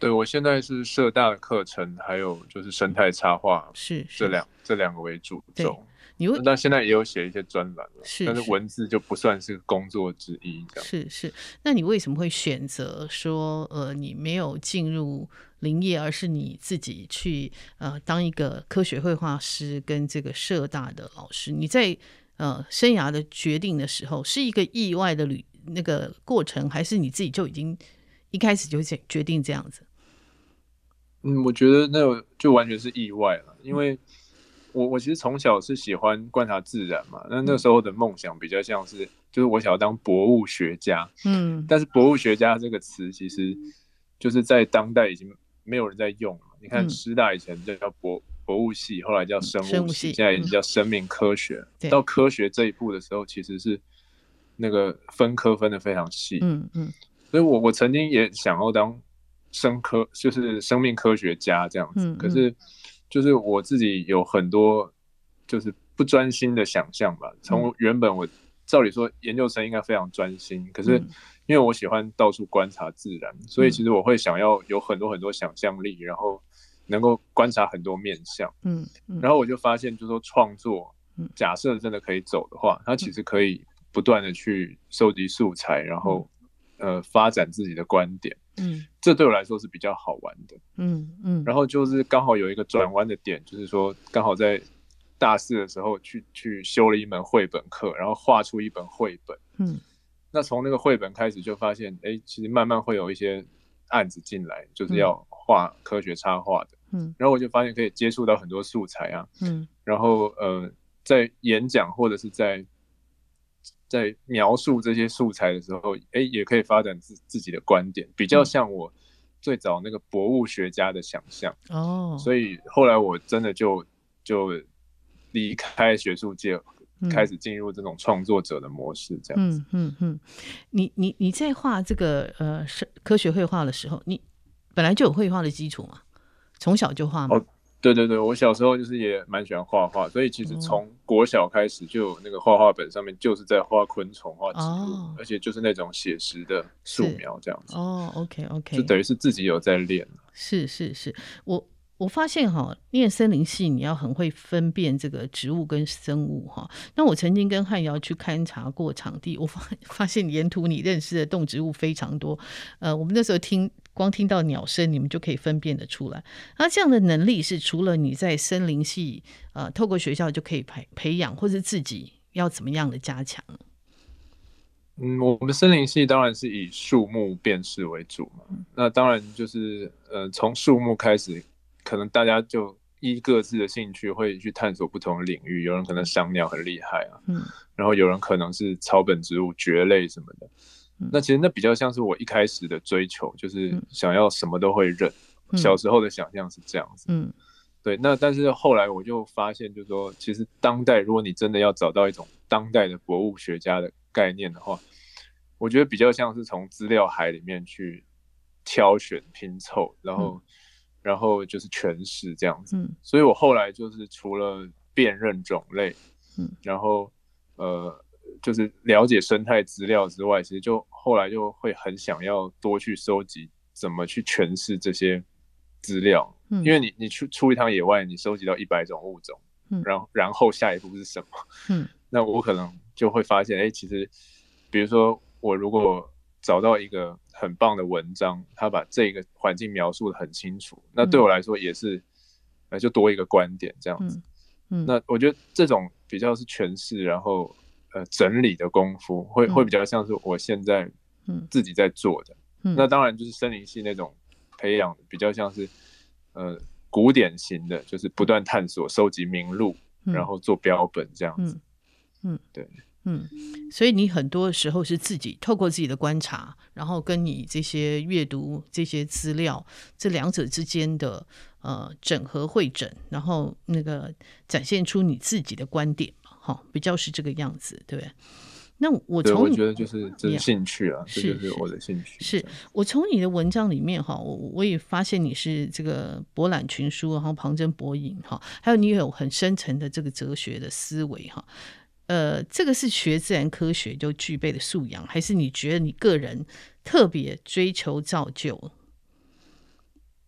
对，我现在是社大的课程，还有就是生态插画， 是这两这两个为主轴。 你但现在也有写一些专栏了， 是， 但是文字就不算是工作之一这样。 是是，那你为什么会选择说，呃，你没有进入林业，而是你自己去呃当一个科学绘画师跟这个社大的老师？你在呃生涯的决定的时候，是一个意外的旅那个过程，还是你自己就已经一开始就决定这样子？ 嗯，我觉得那就完全是意外了，因为我我其实从小是喜欢观察自然嘛，那那时候的梦想比较像是，就是我想要当博物学家，嗯，但是博物学家这个词其实就是在当代已经没有人在用了。你看师大以前就叫博博物系，后来叫生物系，现在已经叫生命科学。到科学这一步的时候，其实是那个分科分得非常细，嗯嗯，所以我我曾经也想要当生科，就是生命科学家这样子，嗯嗯，可是就是我自己有很多就是不专心的想象吧。从原本我照理说研究生应该非常专心，可是因为我喜欢到处观察自然，所以其实我会想要有很多很多想象力，然后能够观察很多面向，嗯嗯，然后我就发现，就是说创作，假设真的可以走的话，它其实可以不断的去收集素材，然后呃发展自己的观点。嗯，这对我来说是比较好玩的。嗯嗯，然后就是刚好有一个转弯的点，就是说刚好在大四的时候去去修了一门绘本课，然后画出一本绘本。嗯，那从那个绘本开始就发现，哎，其实慢慢会有一些案子进来，就是要画科学插画的。嗯，然后我就发现可以接触到很多素材啊。嗯，然后呃，在演讲或者是在在描述这些素材的时候，哎，也可以发展自自己的观点，比较像我最早那个博物学家的想象。哦，所以后来我真的就就离开学术界，开始进入这种创作者的模式，这样子。嗯嗯嗯， 你你你在画这个呃科学绘画的时候，你本来就有绘画的基础吗？从小就画吗？ 哦，对对对，我小时候就是也蛮喜欢画画，所以其实从国小开始就有那个画画本上面就是在画昆虫、画植物，哦，而且就是那种写实的素描这样子。 哦 ，OK OK， 就等于是自己有在练。 是是是，我我发现哈，念森林系你要很会分辨这个植物跟生物哈。那我曾经跟汉瑶去勘察过场地，我发发现沿途你认识的动植物非常多。呃，我们那时候听。光听到鸟声你们就可以分辨得出来，那这样的能力是除了你在森林系呃透过学校就可以培培养，或是自己要怎么样的加强？ 嗯，我们森林系当然是以树木辨识为主嘛，嗯，那当然就是呃从树木开始，可能大家就依各自的兴趣会去探索不同的领域，有人可能赏鸟很厉害啊，嗯，然后有人可能是草本植物蕨类什么的。那其实那比较像是我一开始的追求，就是想要什么都会认，嗯，小时候的想象是这样子。嗯，对。那但是后来我就发现，就是说，其实当代如果你真的要找到一种当代的博物学家的概念的话，我觉得比较像是从资料海里面去挑选、拼凑，然后，嗯，然后就是诠释这样子。嗯，所以我后来就是除了辨认种类，嗯，然后呃。就是了解生态资料之外，其实就后来就会很想要多去收集怎么去诠释这些资料，嗯，因为你你出出一趟野外，你收集到一百种物种，嗯，然后然后下一步是什么？嗯，那我可能就会发现，哎，其实比如说我如果找到一个很棒的文章，他把这个环境描述得很清楚，那对我来说也是，呃，就多一个观点这样子。嗯，嗯，那我觉得这种比较是诠释，然后。呃，整理的功夫会会比较像是我现在自己在做的，嗯，那当然就是森林系那种培养比较像是呃古典型的，就是不断探索、收集名录，嗯，然后做标本这样子，嗯，嗯对， 嗯，所以你很多时候是自己透过自己的观察，然后跟你这些阅读这些资料，这两者之间的呃整合汇整，然后那个展现出你自己的观点。好，比较是这个样子，对不对？那我从我觉得就是这是兴趣啊，这就是我的兴趣。 是我从你的文章里面哈，我我也发现你是这个博览群书，然后旁征博引哈，还有你有很深层的这个哲学的思维哈。呃，这个是学自然科学就具备的素养，还是你觉得你个人特别追求造就？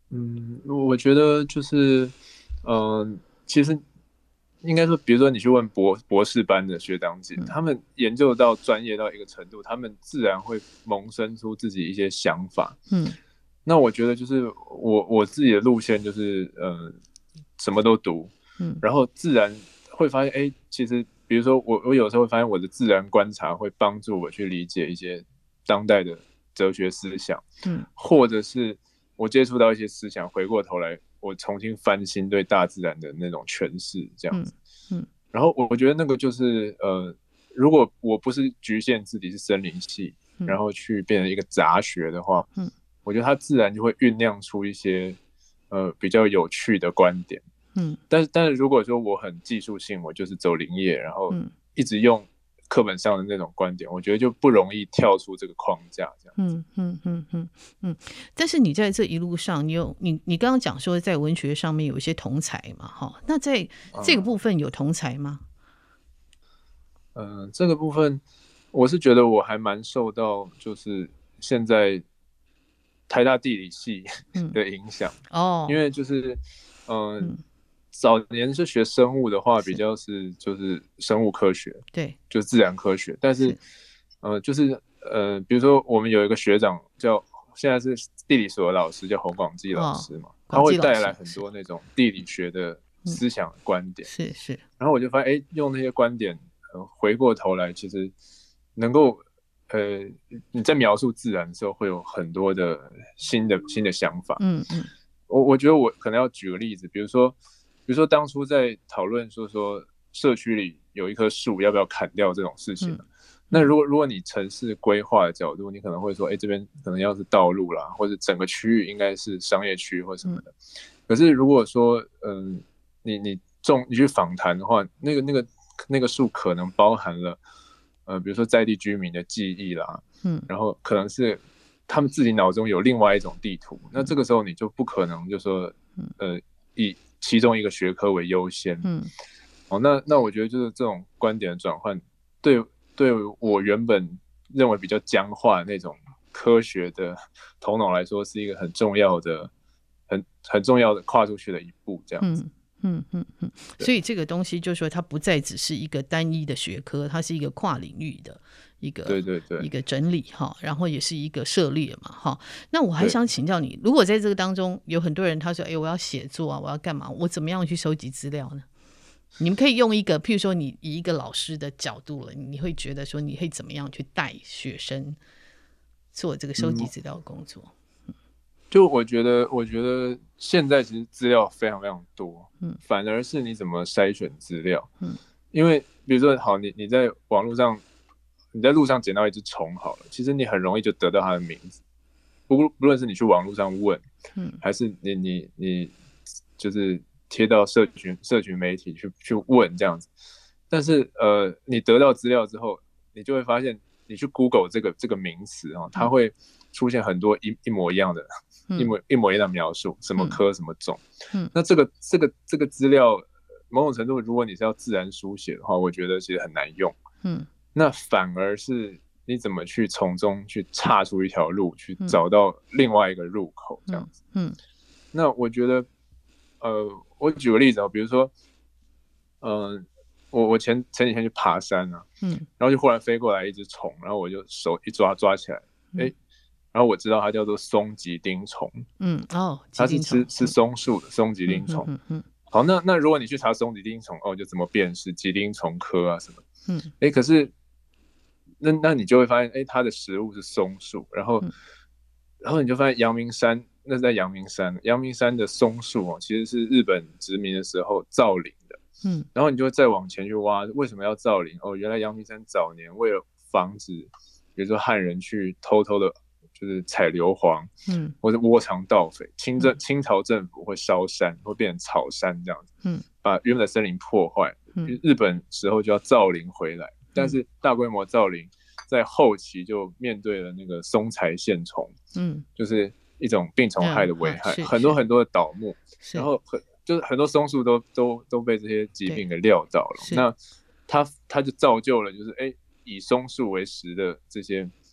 嗯，我觉得就是，嗯、呃，其实应该说，比如说你去问博博士班的学长姐，嗯、他们研究到专业到一个程度，他们自然会萌生出自己一些想法。嗯，那我觉得就是我我自己的路线就是，呃，什么都读，嗯，然后自然会发现，哎，其实比如说我我有时候会发现我的自然观察会帮助我去理解一些当代的哲学思想，嗯，或者是我接触到一些思想，回过头来我重新翻新对大自然的那种诠释，这样子，嗯，嗯，然后我觉得那个就是呃，如果我不是局限自己是森林系，嗯，然后去变成一个杂学的话，嗯，我觉得它自然就会酝酿出一些呃比较有趣的观点，嗯，但是但是如果说我很技术性，我就是走林业，然后一直用课本上的那种观点，我觉得就不容易跳出这个框架，这样。 嗯嗯嗯嗯嗯。但是你在这一路上，你有你你刚刚讲说在文学上面有一些同才嘛，哈，那在这个部分有同才吗？ 嗯、呃，这个部分我是觉得我还蛮受到就是现在台大地理系的影响、嗯、哦，因为就是呃、嗯，早年是学生物的话，比较是就是生物科学， 对， 就自然科学，但是，是呃，就是呃，比如说我们有一个学長叫现在是地理所的老師叫侯廣基老師嘛，哦、他會帶來很多那種地理學的思想的觀點， 是是， 然後我就發現，哎，用那些觀點、呃，回過頭來，其實能夠，呃，你在描述自然的時候，會有很多的新的新的想法，嗯嗯。我我覺得我可能要舉個例子，比如說，比如說當初在討論說說社區裡有一棵樹要不要砍掉這種事情、嗯、那如果如果你城市規劃的角度，你可能會說，哎，這邊可能要是道路啦，或者整個區域應該是商業區或什麼的。嗯、可是如果說，嗯、呃，你你種你去訪談的話，那個那個那個樹可能包含了，呃，比如說在地居民的記憶啦，嗯，然後可能是。他們自己腦中有另外一種地圖，那這個時候你就不可能就說，呃，以其中一個學科為優先。嗯，哦，那那我覺得就是這種觀點的轉換，對對我原本認為比較僵化的那種科學的頭腦來說，是一個很重要的、很很重要的跨出去的一步，這樣子。 嗯嗯嗯，所以這個東西就是說，它不再只是一個單一的學科，它是一個跨領域的。一個對對對， 一個整理哈，然後也是一個涉獵嘛哈。那我還想請教你，如果在這個當中有很多人他說，哎，我要寫作啊，我要幹嘛？我怎麼樣去收集資料呢？你們可以用一個，譬如說你以一個老師的角度了，你會覺得說你會怎麼樣去帶學生做這個收集資料的工作？ 嗯、就我覺得，我覺得現在其實資料非常非常多，嗯，反而是你怎麼篩選資料，嗯，因為比如說好，你你在網絡上。你在路上撿到一隻蟲好了，其實你很容易就得到它的名字，不不論是你去網絡上問，嗯，還是你你你就是貼到社群社群媒體去去問這樣子，但是呃，你得到資料之後，你就會發現，你去 Google 這個這個名詞哦，它會出現很多一一模一樣的，嗯、一模一模一樣的描述，什麼科什麼種，嗯，那這個這個這個資料某種程度，如果你是要自然書寫的話，我覺得其實很難用，嗯。那反而是你怎麼去從中去岔出一條路，去找到另外一個入口，這樣子。嗯，嗯那我覺得，呃，我舉個例子啊，比如說，嗯、呃，我我前前幾天去爬山啊，嗯，然後就忽然飛過來一隻蟲，然後我就手一抓抓起來，哎、嗯，然後我知道它叫做松吉丁蟲，嗯，哦，它是吃吃松樹的松吉丁蟲，嗯嗯，嗯，嗯，好，那那如果你去查松吉丁蟲，哦，就怎麼辨識吉丁蟲科啊什麼，嗯，哎，可是。那那你就會發現，哎，它的食物是松樹，然後、嗯，然後你就發現陽明山，那是在陽明山，陽明山的松樹哦，其實是日本殖民的時候造林的，嗯，然後你就會再往前去挖，為什麼要造林？哦，原來陽明山早年為了防止，比如說漢人去偷偷的，就是採硫磺，嗯，或者窩藏盜匪，清政、嗯、清朝政府會燒山，會變成草山這樣子，嗯，把原本的森林破壞，嗯，日本時候就要造林回來。但是大規模造林在後期就面對了那個松材線蟲，嗯，就是一種病蟲害的危害，嗯、很多很多的倒木，然後很就是很多松樹都都都被這些疾病給撂到了。那它它就造就了就是哎以松樹為食的這些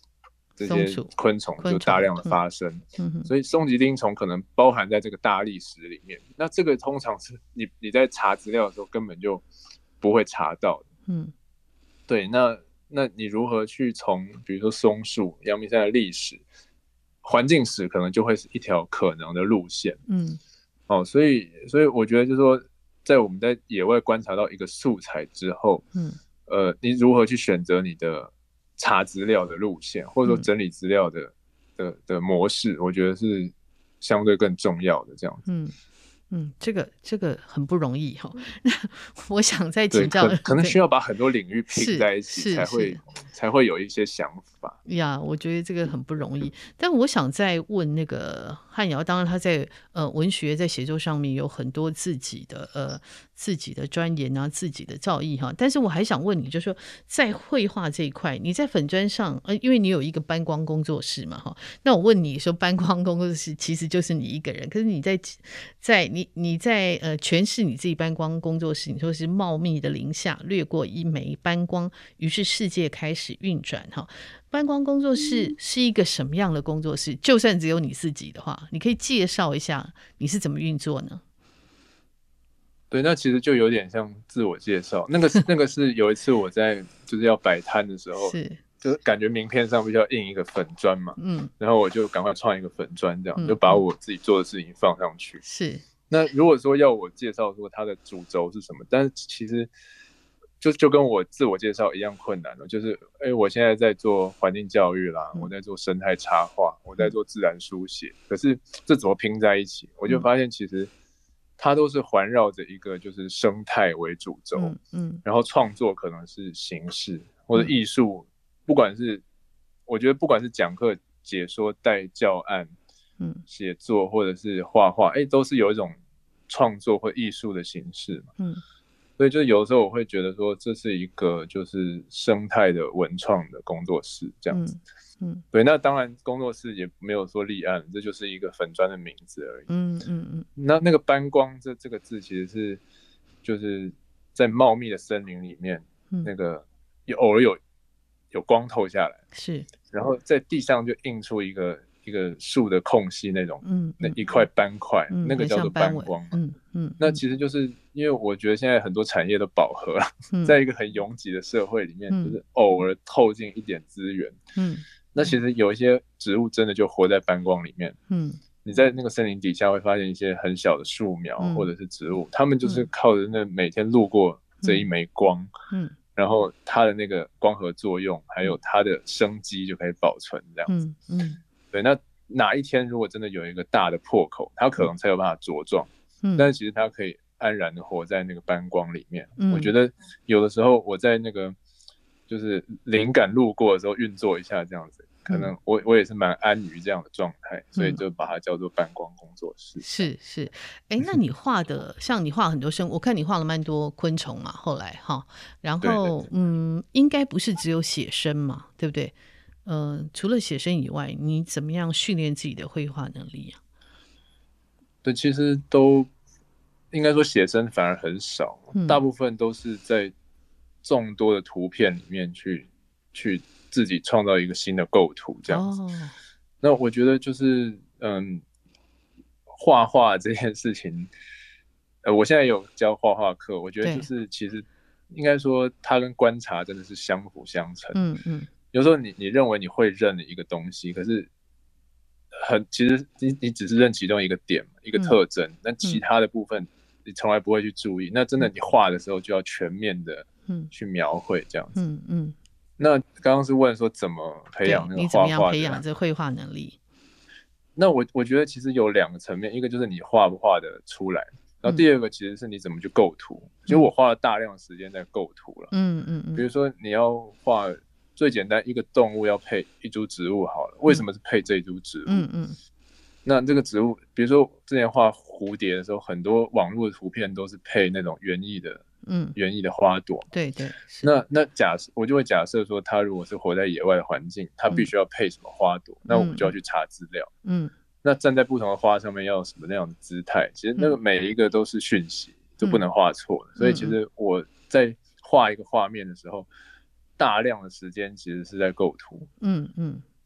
这些昆虫就大量的发生， 嗯、 所以松棘钉虫可能包含在这个大历史里面。那这个通常是你你在查资料的时候根本就不会查到的。 嗯， 对，那那你如何去从比如说松树、阳明山的历史、环境史，可能就会是一条可能的路线。 嗯， 哦，所以所以我觉得就是说，在我们在野外观察到一个素材之后， 嗯， 呃，你如何去选择你的查资料的路线，或者说整理资料的、嗯、的的模式，我觉得是相对更重要的这样子。 嗯嗯，这个这个很不容易哈、哦。那我想再请教， 可, 可能需要把很多领域拼在一起，才会才会有一些想法呀。我觉得这个很不容易。但我想再问那个汉尧，当然他在呃文学在写作上面有很多自己的呃自己的钻研啊，自己的造诣哈。但是我还想问你，就是说在绘画这一块，你在粉专上，呃，因为你有一个班光工作室嘛哈。那我问你说，班光工作室其实就是你一个人，可是你在在你你在呃诠释你自己班光工作室，你说是茂密的林下掠过一枚班光，于是世界开始运转哈。班光工作室是一个什么样的工作室？就算只有你自己的话，你可以介绍一下你是怎么运作呢？ 对，那其实就有点像自我介绍。那个那个是有一次我在就是要摆摊的时候， 是就是感觉名片上必须要印一个粉专嘛， 嗯， 然后我就赶快创一个粉专，这样、 嗯、 就把我自己做的事情放上去。 是。 那如果说要我介绍说它的主轴是什么，但是其实就就跟我自我介绍一样困难了，就是哎、欸，我现在在做环境教育啦、嗯，我在做生态插画，我在做自然书写，可是这怎么拼在一起？我就发现其实它都是环绕着一个就是生态为主轴， 嗯嗯， 然后创作可能是形式或者艺术、嗯，不管是我觉得不管是讲课、解说、带教案，嗯，写作或者是画画，哎、欸，都是有一种创作或艺术的形式嘛，嗯。所以就有时候我会觉得说，这是一个就是生态的文创的工作室这样子，嗯，嗯对。那当然工作室也没有说立案，这就是一个粉专的名字而已，嗯嗯嗯。那那个班光这这个字其实是就是在茂密的森林里面，嗯、那个有偶尔有有光透下来， 是，然后在地上就印出一个。一个树的空隙那种，嗯，那一块斑块、嗯，那个叫做斑光嘛，嗯 嗯, 嗯，那其实就是因为我觉得现在很多产业都饱和了，嗯、在一个很拥挤的社会里面、嗯，就是偶尔透进一点资源，嗯，那其实有一些植物真的就活在斑光里面，嗯，你在那个森林底下会发现一些很小的树苗或者是植物，它、嗯、们就是靠着那每天路过这一枚光，嗯，嗯然后它的那个光合作用还有它的生机就可以保存这样子，嗯。嗯对，那哪一天如果真的有一个大的破口，它可能才有办法茁壮。嗯，但是其实它可以安然的活在那个斑光里面。嗯，我觉得有的时候我在那个就是灵感路过的时候运作一下这样子，可能我我也是蛮安于这样的状态，所以就把它叫做斑光工作室。 是是，哎，那你画的像你画很多生，我看你画了蛮多昆虫嘛，后来哈，然后对对对嗯，应该不是只有写生嘛，对不对？呃，除了写生以外，你怎么样训练自己的绘画能力啊？ 对，其实都应该说写生反而很少，嗯、大部分都是在众多的图片里面去去自己创造一个新的构图这样子。哦、那我觉得就是嗯，画画这件事情，呃，我现在有教画画课，我觉得就是其实应该说它跟观察真的是相辅相成。嗯嗯。有时候你你认为你会认的一个东西，可是很其实你你只是认其中一个点一个特征，那、嗯、其他的部分你从来不会去注意。嗯、那真的你画的时候就要全面的去描绘这样子。嗯嗯。那刚刚是问说怎么培养那个画画的， 你怎么样培养这绘画能力？ 那我我觉得其实有两个层面，一个就是你画不画得出来，然后第二个其实是你怎么去构图。其实、嗯、我花了大量的时间在构图了。嗯嗯嗯。比如说你要画。最简单一个动物要配一株植物好了，为什么是配这一株植物？嗯嗯。那这个植物，比如说之前画蝴蝶的时候，很多网络的图片都是配那种园艺的，嗯，园艺的花朵。 对对。 那那假设我就会假设说，它如果是活在野外的环境，它必须要配什么花朵？嗯、那我们就要去查资料。嗯。那站在不同的花上面要有什么那样的姿态？其实那个每一个都是讯息，就不能画错的。嗯、所以其实我在画一个画面的时候。大量的时间其实是在构图，嗯嗯，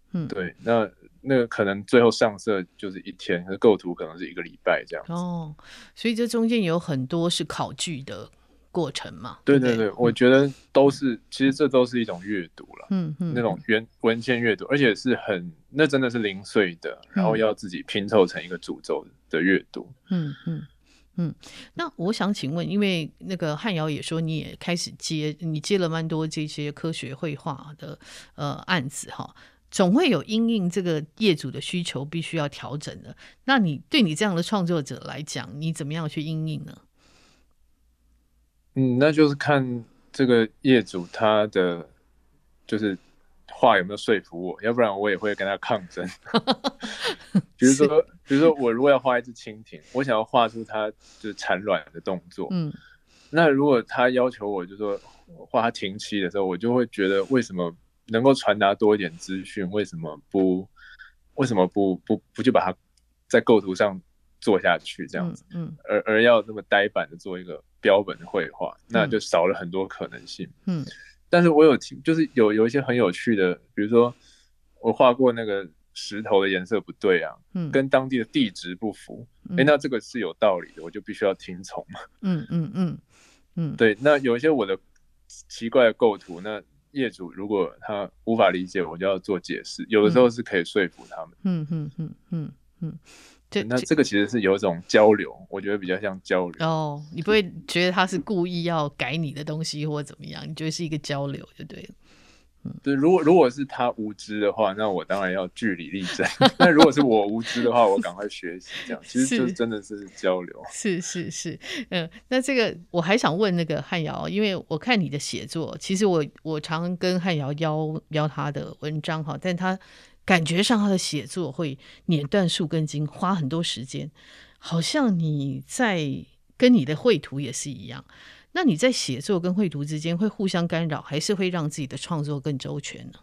嗯， 对，那那个可能最后上色就是一天，可是构图可能是一个礼拜这样子。 哦，所以这中间有很多是考据的过程嘛， 对对不对？ 对对，我觉得都是，嗯、其实这都是一种阅读了， 嗯嗯， 那种原文献阅读，而且是很，那真的是零碎的，然后要自己拼凑成一个主轴的阅读。 嗯嗯嗯。那我想请问，因为那个汉瑶也说你也开始接，你接了蛮多这些科学绘画的呃案子哈，总会有因应这个业主的需求必须要调整的。那你对你这样的创作者来讲，你怎么样去因应呢？ 嗯，那就是看这个业主他的就是话有没有说服我，要不然我也会跟他抗争。比如说，比如说我如果要画一只蜻蜓，我想要画出它就是产卵的动作，嗯，那如果他要求我就说画它停栖的时候，我就会觉得为什么能够传达多一点资讯，为什么不为什么不不不就把它在构图上做下去这样子，嗯，嗯而而要那么呆板的做一个标本的绘画，那就少了很多可能性。嗯，但是我有听，就是有有一些很有趣的，比如说我画过那个石头的颜色不对啊，嗯，跟当地的地质不符，哎、嗯，那这个是有道理的，我就必须要听从嘛。嗯嗯嗯嗯，对，那有一些我的奇怪的构图，那业主如果他无法理解，我就要做解释，有的时候是可以说服他们。嗯嗯嗯嗯嗯。那这个其实是有一种交流，我觉得比较像交流。 哦，你不会觉得他是故意要改你的东西或怎么样？你觉得是一个交流就对了。 嗯，对，如果如果是他无知的话，那我当然要据理力争。那如果是我无知的话，我赶快学习，这样其实就真的是交流。 是是是，嗯，那这个我还想问那个汉瑶，因为我看你的写作，其实我我常跟汉瑶邀邀他的文章哈，但他感觉上他的写作会碾断树根筋，花很多时间，好像你在跟你的绘图也是一样。那你在写作跟绘图之间会互相干扰，还是会让自己的创作更周全呢？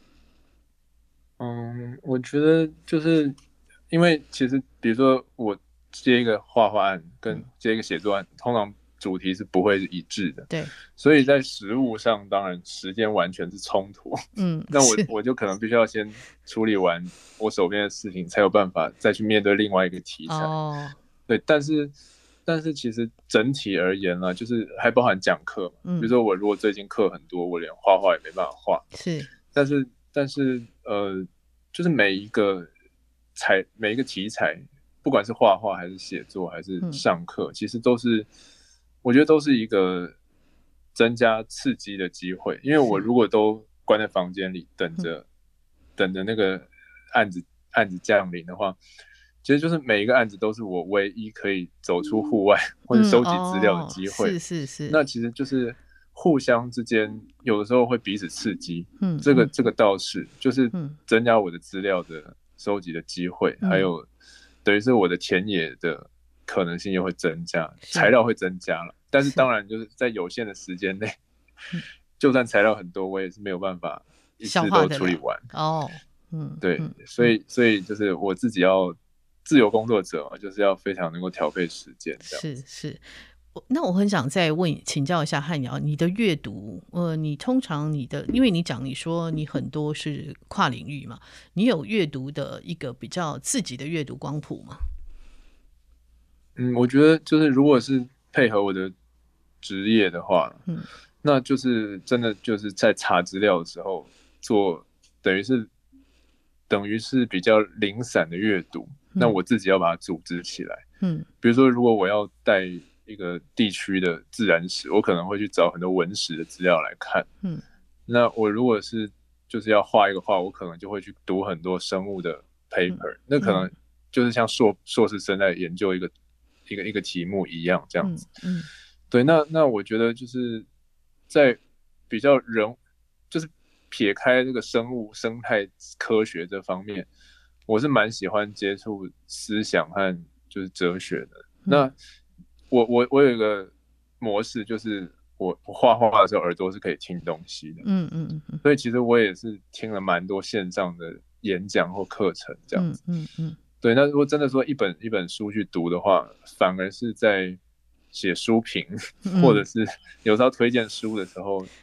嗯，我觉得就是因为其实比如说我接一个画画案跟接一个写作案，通常主题是不会一致的， 对， 所以在实务上当然时间完全是冲突。嗯，那我我就可能必须要先处理完我手边的事情，才有办法再去面对另外一个题材。哦，对，但是但是其实整体而言呢，就是还包含讲课嘛，嗯，比如说我如果最近课很多，我连画画也没办法画， 是， 但是但是呃，就是每一个材每一个题材，不管是画画还是写作还是上课，嗯，其实都是我觉得都是一个增加刺激的机会，因为我如果都关在房间里等着，嗯，等着那个案子案子降临的话。其实就是每一个案子都是我唯一可以走出户外或者收集资料的机会， 嗯哦，是是是。 那其实就是互相之间有的时候会彼此刺激，嗯，这个这个倒是就是增加我的资料的收集的机会，嗯，还有等于是我的田野的可能性又会增加，材料会增加了。但是当然就是在有限的时间内，就算材料很多，我也是没有办法一次都处理完。 哦，嗯， 对，嗯，所以所以就是我自己要。自由工作者嘛，就是要非常能够调配时间。 是是，那我很想再问请教一下汉瑶，你的阅读，呃，你通常你的，因为你讲你说你很多是跨领域嘛，你有阅读的一个比较自己的阅读光谱吗？ 嗯，我觉得就是如果是配合我的职业的话，嗯，那就是真的就是在查资料的时候做，等于是等于是比较零散的阅读。那我自己要把它组织起来，嗯，比如说如果我要带一个地区的自然史，我可能会去找很多文史的资料来看，嗯，那我如果是就是要画一个画，我可能就会去读很多生物的 paper，嗯，那可能就是像硕硕士生在研究一个一个一个题目一样这样子，嗯，嗯对，那那我觉得就是在比较人就是撇开这个生物生态科学这方面。我是蛮喜欢接触思想和就是哲学的。嗯、那我我我有一个模式，就是我我画画的时候耳朵是可以听东西的。嗯嗯嗯。所以其实我也是听了蛮多线上的演讲或课程这样子。嗯嗯, 嗯。对，那如果真的说一本一本书去读的话，反而是在写书评，嗯、或者是有时候推荐书的时候。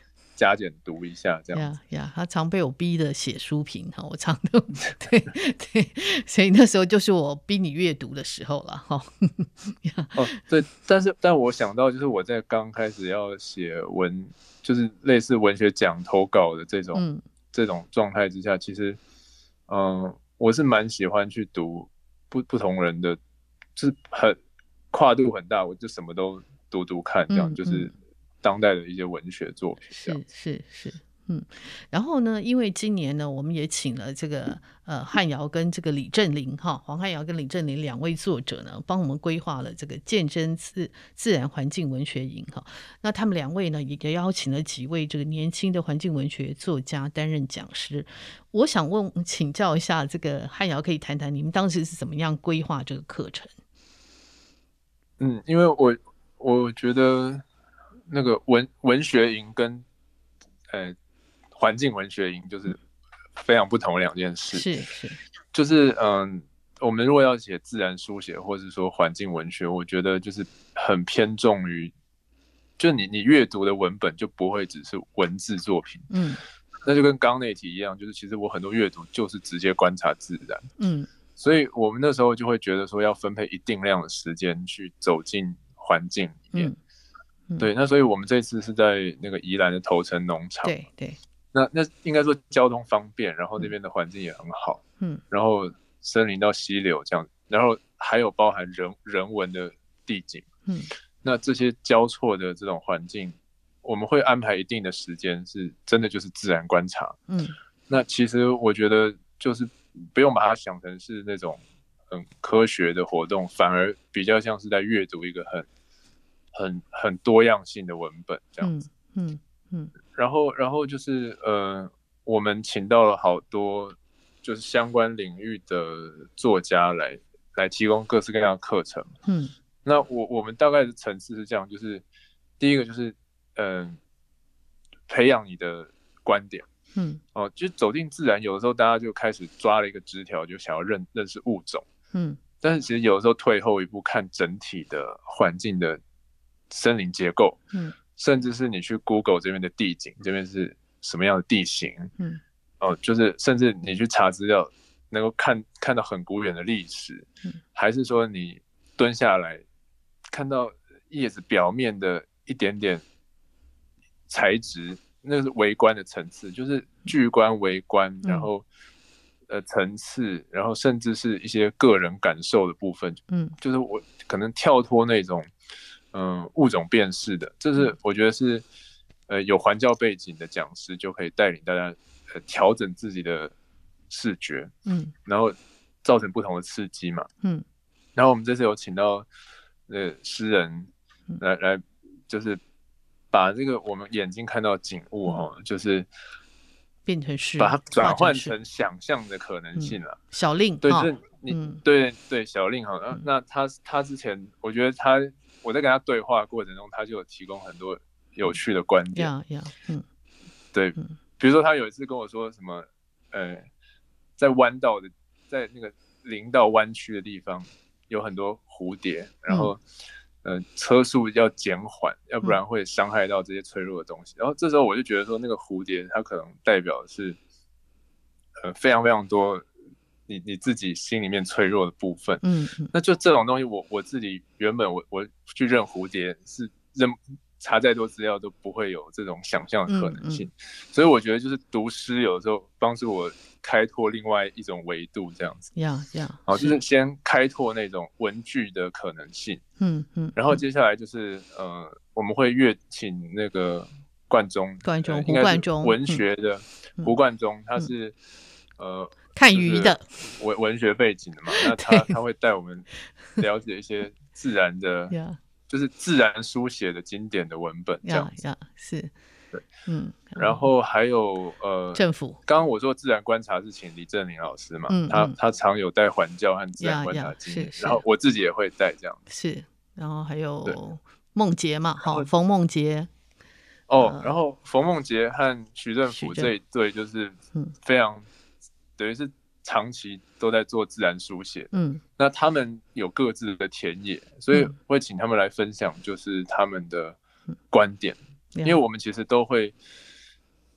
加减读一下这样子。 呀呀，他常被我逼的写书评哈，我常都对对，所以那时候就是我逼你阅读的时候了哈。 哦，对，但是但我想到就是我在刚开始要写文，就是类似文学奖投稿的这种、嗯、这种状态之下，其实嗯、呃，我是蛮喜欢去读不不同人的，就是很跨度很大，我就什么都读读看，这样、嗯、就是当代的一些文学作品这样。 是是是。嗯，然后呢，因为今年呢，我们也请了这个呃汉尧跟这个李振林哈，黄汉尧跟李振林两位作者呢，帮我们规划了这个见真自自然环境文学营哈。那他们两位呢，也邀请了几位这个年轻的环境文学作家担任讲师。我想问请教一下，这个汉尧可以谈谈你们当时是怎么样规划这个课程？ 嗯，因为我我觉得那个文文学营跟呃。环境文学营就是非常不同的两件事， 是是， 就是嗯，我们如果要写自然书写，或是说环境文学，我觉得就是很偏重于，就你你阅读的文本就不会只是文字作品，嗯，那就跟刚刚那题一样，就是其实我很多阅读就是直接观察自然，嗯，所以我们那时候就会觉得说要分配一定量的时间去走进环境里面，嗯嗯、对，那所以我们这次是在那个宜兰的头城农场， 对对。 那那应该说交通方便，然后那边的环境也很好，嗯，然后森林到溪流这样，然后还有包含人人文的地景，嗯，那这些交错的这种环境，我们会安排一定的时间，是真的就是自然观察，嗯，那其实我觉得就是不用把它想成是那种很科学的活动，反而比较像是在阅读一个很很很多样性的文本这样子，嗯。嗯嗯，然后，然后就是呃，我们请到了好多就是相关领域的作家来来提供各式各样的课程。嗯，那我我们大概的层次是这样，就是第一个就是嗯、呃，培养你的观点。嗯，哦，就走进自然，有的时候大家就开始抓了一个枝条，就想要认认识物种。嗯，但是其实有的时候退后一步，看整体的环境的森林结构。嗯。甚至是你去 Google 这边的地景，这边是什么样的地形，嗯，哦，就是甚至你去查资料，能够看看到很古远的历史，嗯，还是说你蹲下来看到叶子表面的一点点材质，那是微观的层次，就是巨观、微观，然后呃层次，然后甚至是一些个人感受的部分，嗯，就是我可能跳脱那种。嗯，物种辨识的，这是我觉得是，呃，有环教背景的讲师就可以带领大家，呃，调整自己的视觉，嗯，然后造成不同的刺激嘛，嗯，然后我们这次有请到，呃，诗人来来，就是把这个我们眼睛看到景物哈、嗯，就是变成诗， 把它转换成想象的可能性了、嗯。 小令， 对，就是你，嗯、对对，小令哈，那那他他之前，我觉得他。我在跟他对话的过程中，他就有提供很多有趣的观点。 Yeah, yeah, 嗯， 对，嗯、比如说他有一次跟我说什么，呃，在弯道的，在那个林道弯曲的地方有很多蝴蝶，然后，嗯、呃，车速要减缓，要不然会伤害到这些脆弱的东西。然后这时候我就觉得说，那个蝴蝶它可能代表的是，呃，非常非常多。你你自己心里面脆弱的部分，嗯，那就这种东西我，我我自己原本我我去认蝴蝶是认查再多资料都不会有这种想象的可能性，嗯嗯、所以我觉得就是读诗有时候帮助我开拓另外一种维度，这样子， 呀呀， 好，就是先开拓那种文句的可能性，嗯嗯，然后接下来就是呃，我们会乐请那个冠中， 冠中、呃、 胡冠中文学的、嗯、胡冠中，他是、嗯、呃。 看鱼的文文学背景的嘛，那他他会带我们了解一些自然的，就是自然书写的经典的文本这样子。 Yeah, yeah, 是， 对，嗯。然后还有呃， 政府。 刚刚我说自然观察是请李正林老师嘛，嗯、他他常有带环教和自然观察经验， yeah, yeah, 然后我自己也会带这样。 是，然后还有梦洁嘛，好，冯梦洁。 哦，呃、然后冯梦洁和徐政甫这一对就是非常。嗯等于是长期都在做自然书写，嗯，那他们有各自的田野，所以会请他们来分享，就是他们的观点，嗯、因为我们其实都会，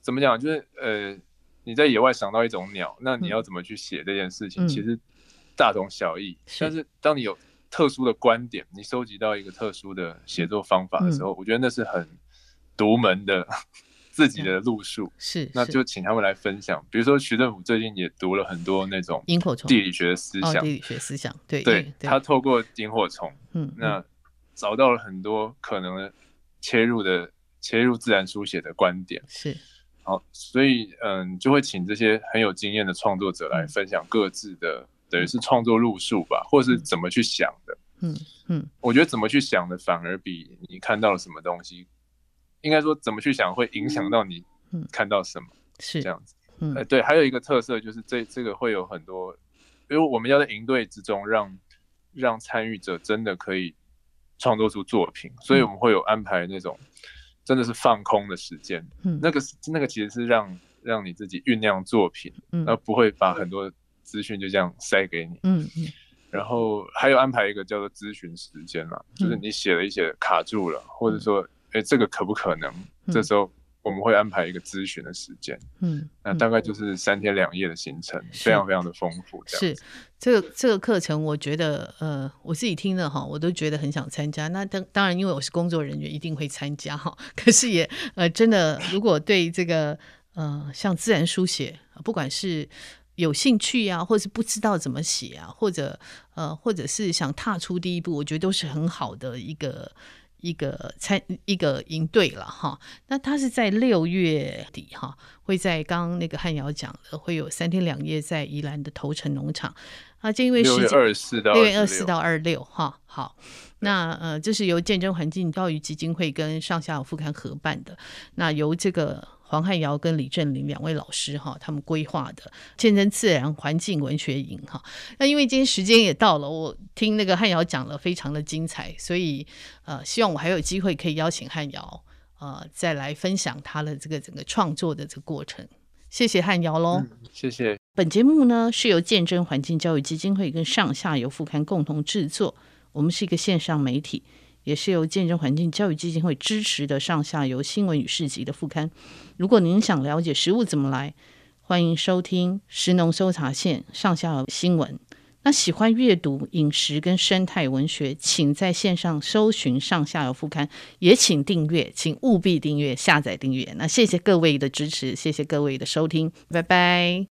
怎么讲，就是呃，你在野外赏到一种鸟，那你要怎么去写这件事情，嗯、其实大同小异。是但是当你有特殊的观点，你收集到一个特殊的写作方法的时候，嗯、我觉得那是很独门的自己的路数。 是， 那就请他们来分享。比如说徐政府最近也读了很多那种地理学的思想， 哦、地理学思想，对对，对他透过萤火虫，嗯，那找到了很多可能的切入的切入自然书写的观点。 是。 好，所以嗯，就会请这些很有经验的创作者来分享各自的，嗯、等于是创作路数吧，或是怎么去想的。 嗯嗯， 我觉得怎么去想的，反而比你看到了什么东西，应该说怎么去想会影响到你看到什么，是、嗯、这样子。嗯、呃，对，还有一个特色就是这这个会有很多，因为我们要在营队之中让让参与者真的可以创作出作品，所以我们会有安排那种。真的是放空的时间，嗯，那个那个其实是让让你自己酝酿作品，嗯，而不会把很多资讯就这样塞给你，嗯嗯。然后还有安排一个叫做咨询时间啦，嗯、就是你写了一些卡住了，或者说，哎，这个可不可能？嗯、这时候我们会安排一个咨询的时间，嗯，那大概就是三天两夜的行程，非常非常的丰富。 是这个这个课程，我觉得呃，我自己听了哈，我都觉得很想参加。那当当然，因为我是工作人员，一定会参加哈。可是也呃，真的，如果对这个呃，像自然书写，不管是有兴趣呀、啊，或是不知道怎么写啊，或者呃，或者是想踏出第一步，我觉得都是很好的一个。一个参一个营队了哈，那他是在六月底哈，会在刚刚那个汉瑶讲的，会有三天两夜在宜兰的头城农场啊，就因为六月二十四到六月二十四到二十六哈，好，那呃，这是由见证环境教育基金会跟上下游副刊合办的，那由这个黄汉瑶跟李正林两位老师哈，他们规划的见证自然环境文学营哈。那因为今天时间也到了，我听那个汉瑶讲了非常的精彩，所以呃，希望我还有机会可以邀请汉瑶呃再来分享他的这个整个创作的这个过程。谢谢汉瑶喽、 嗯，谢谢。 本节目呢是由见证环境教育基金会跟上下游副刊共同制作，我们是一个线上媒体。也是由见证环境教育基金会支持的上下游新闻与市集的副刊。如果您想了解食物怎么来，欢迎收听食农搜查线上下游新闻。那喜欢阅读饮食跟生态文学，请在线上搜寻上下游副刊，也请订阅，请务必订阅、下载订阅。那谢谢各位的支持，谢谢各位的收听，拜拜。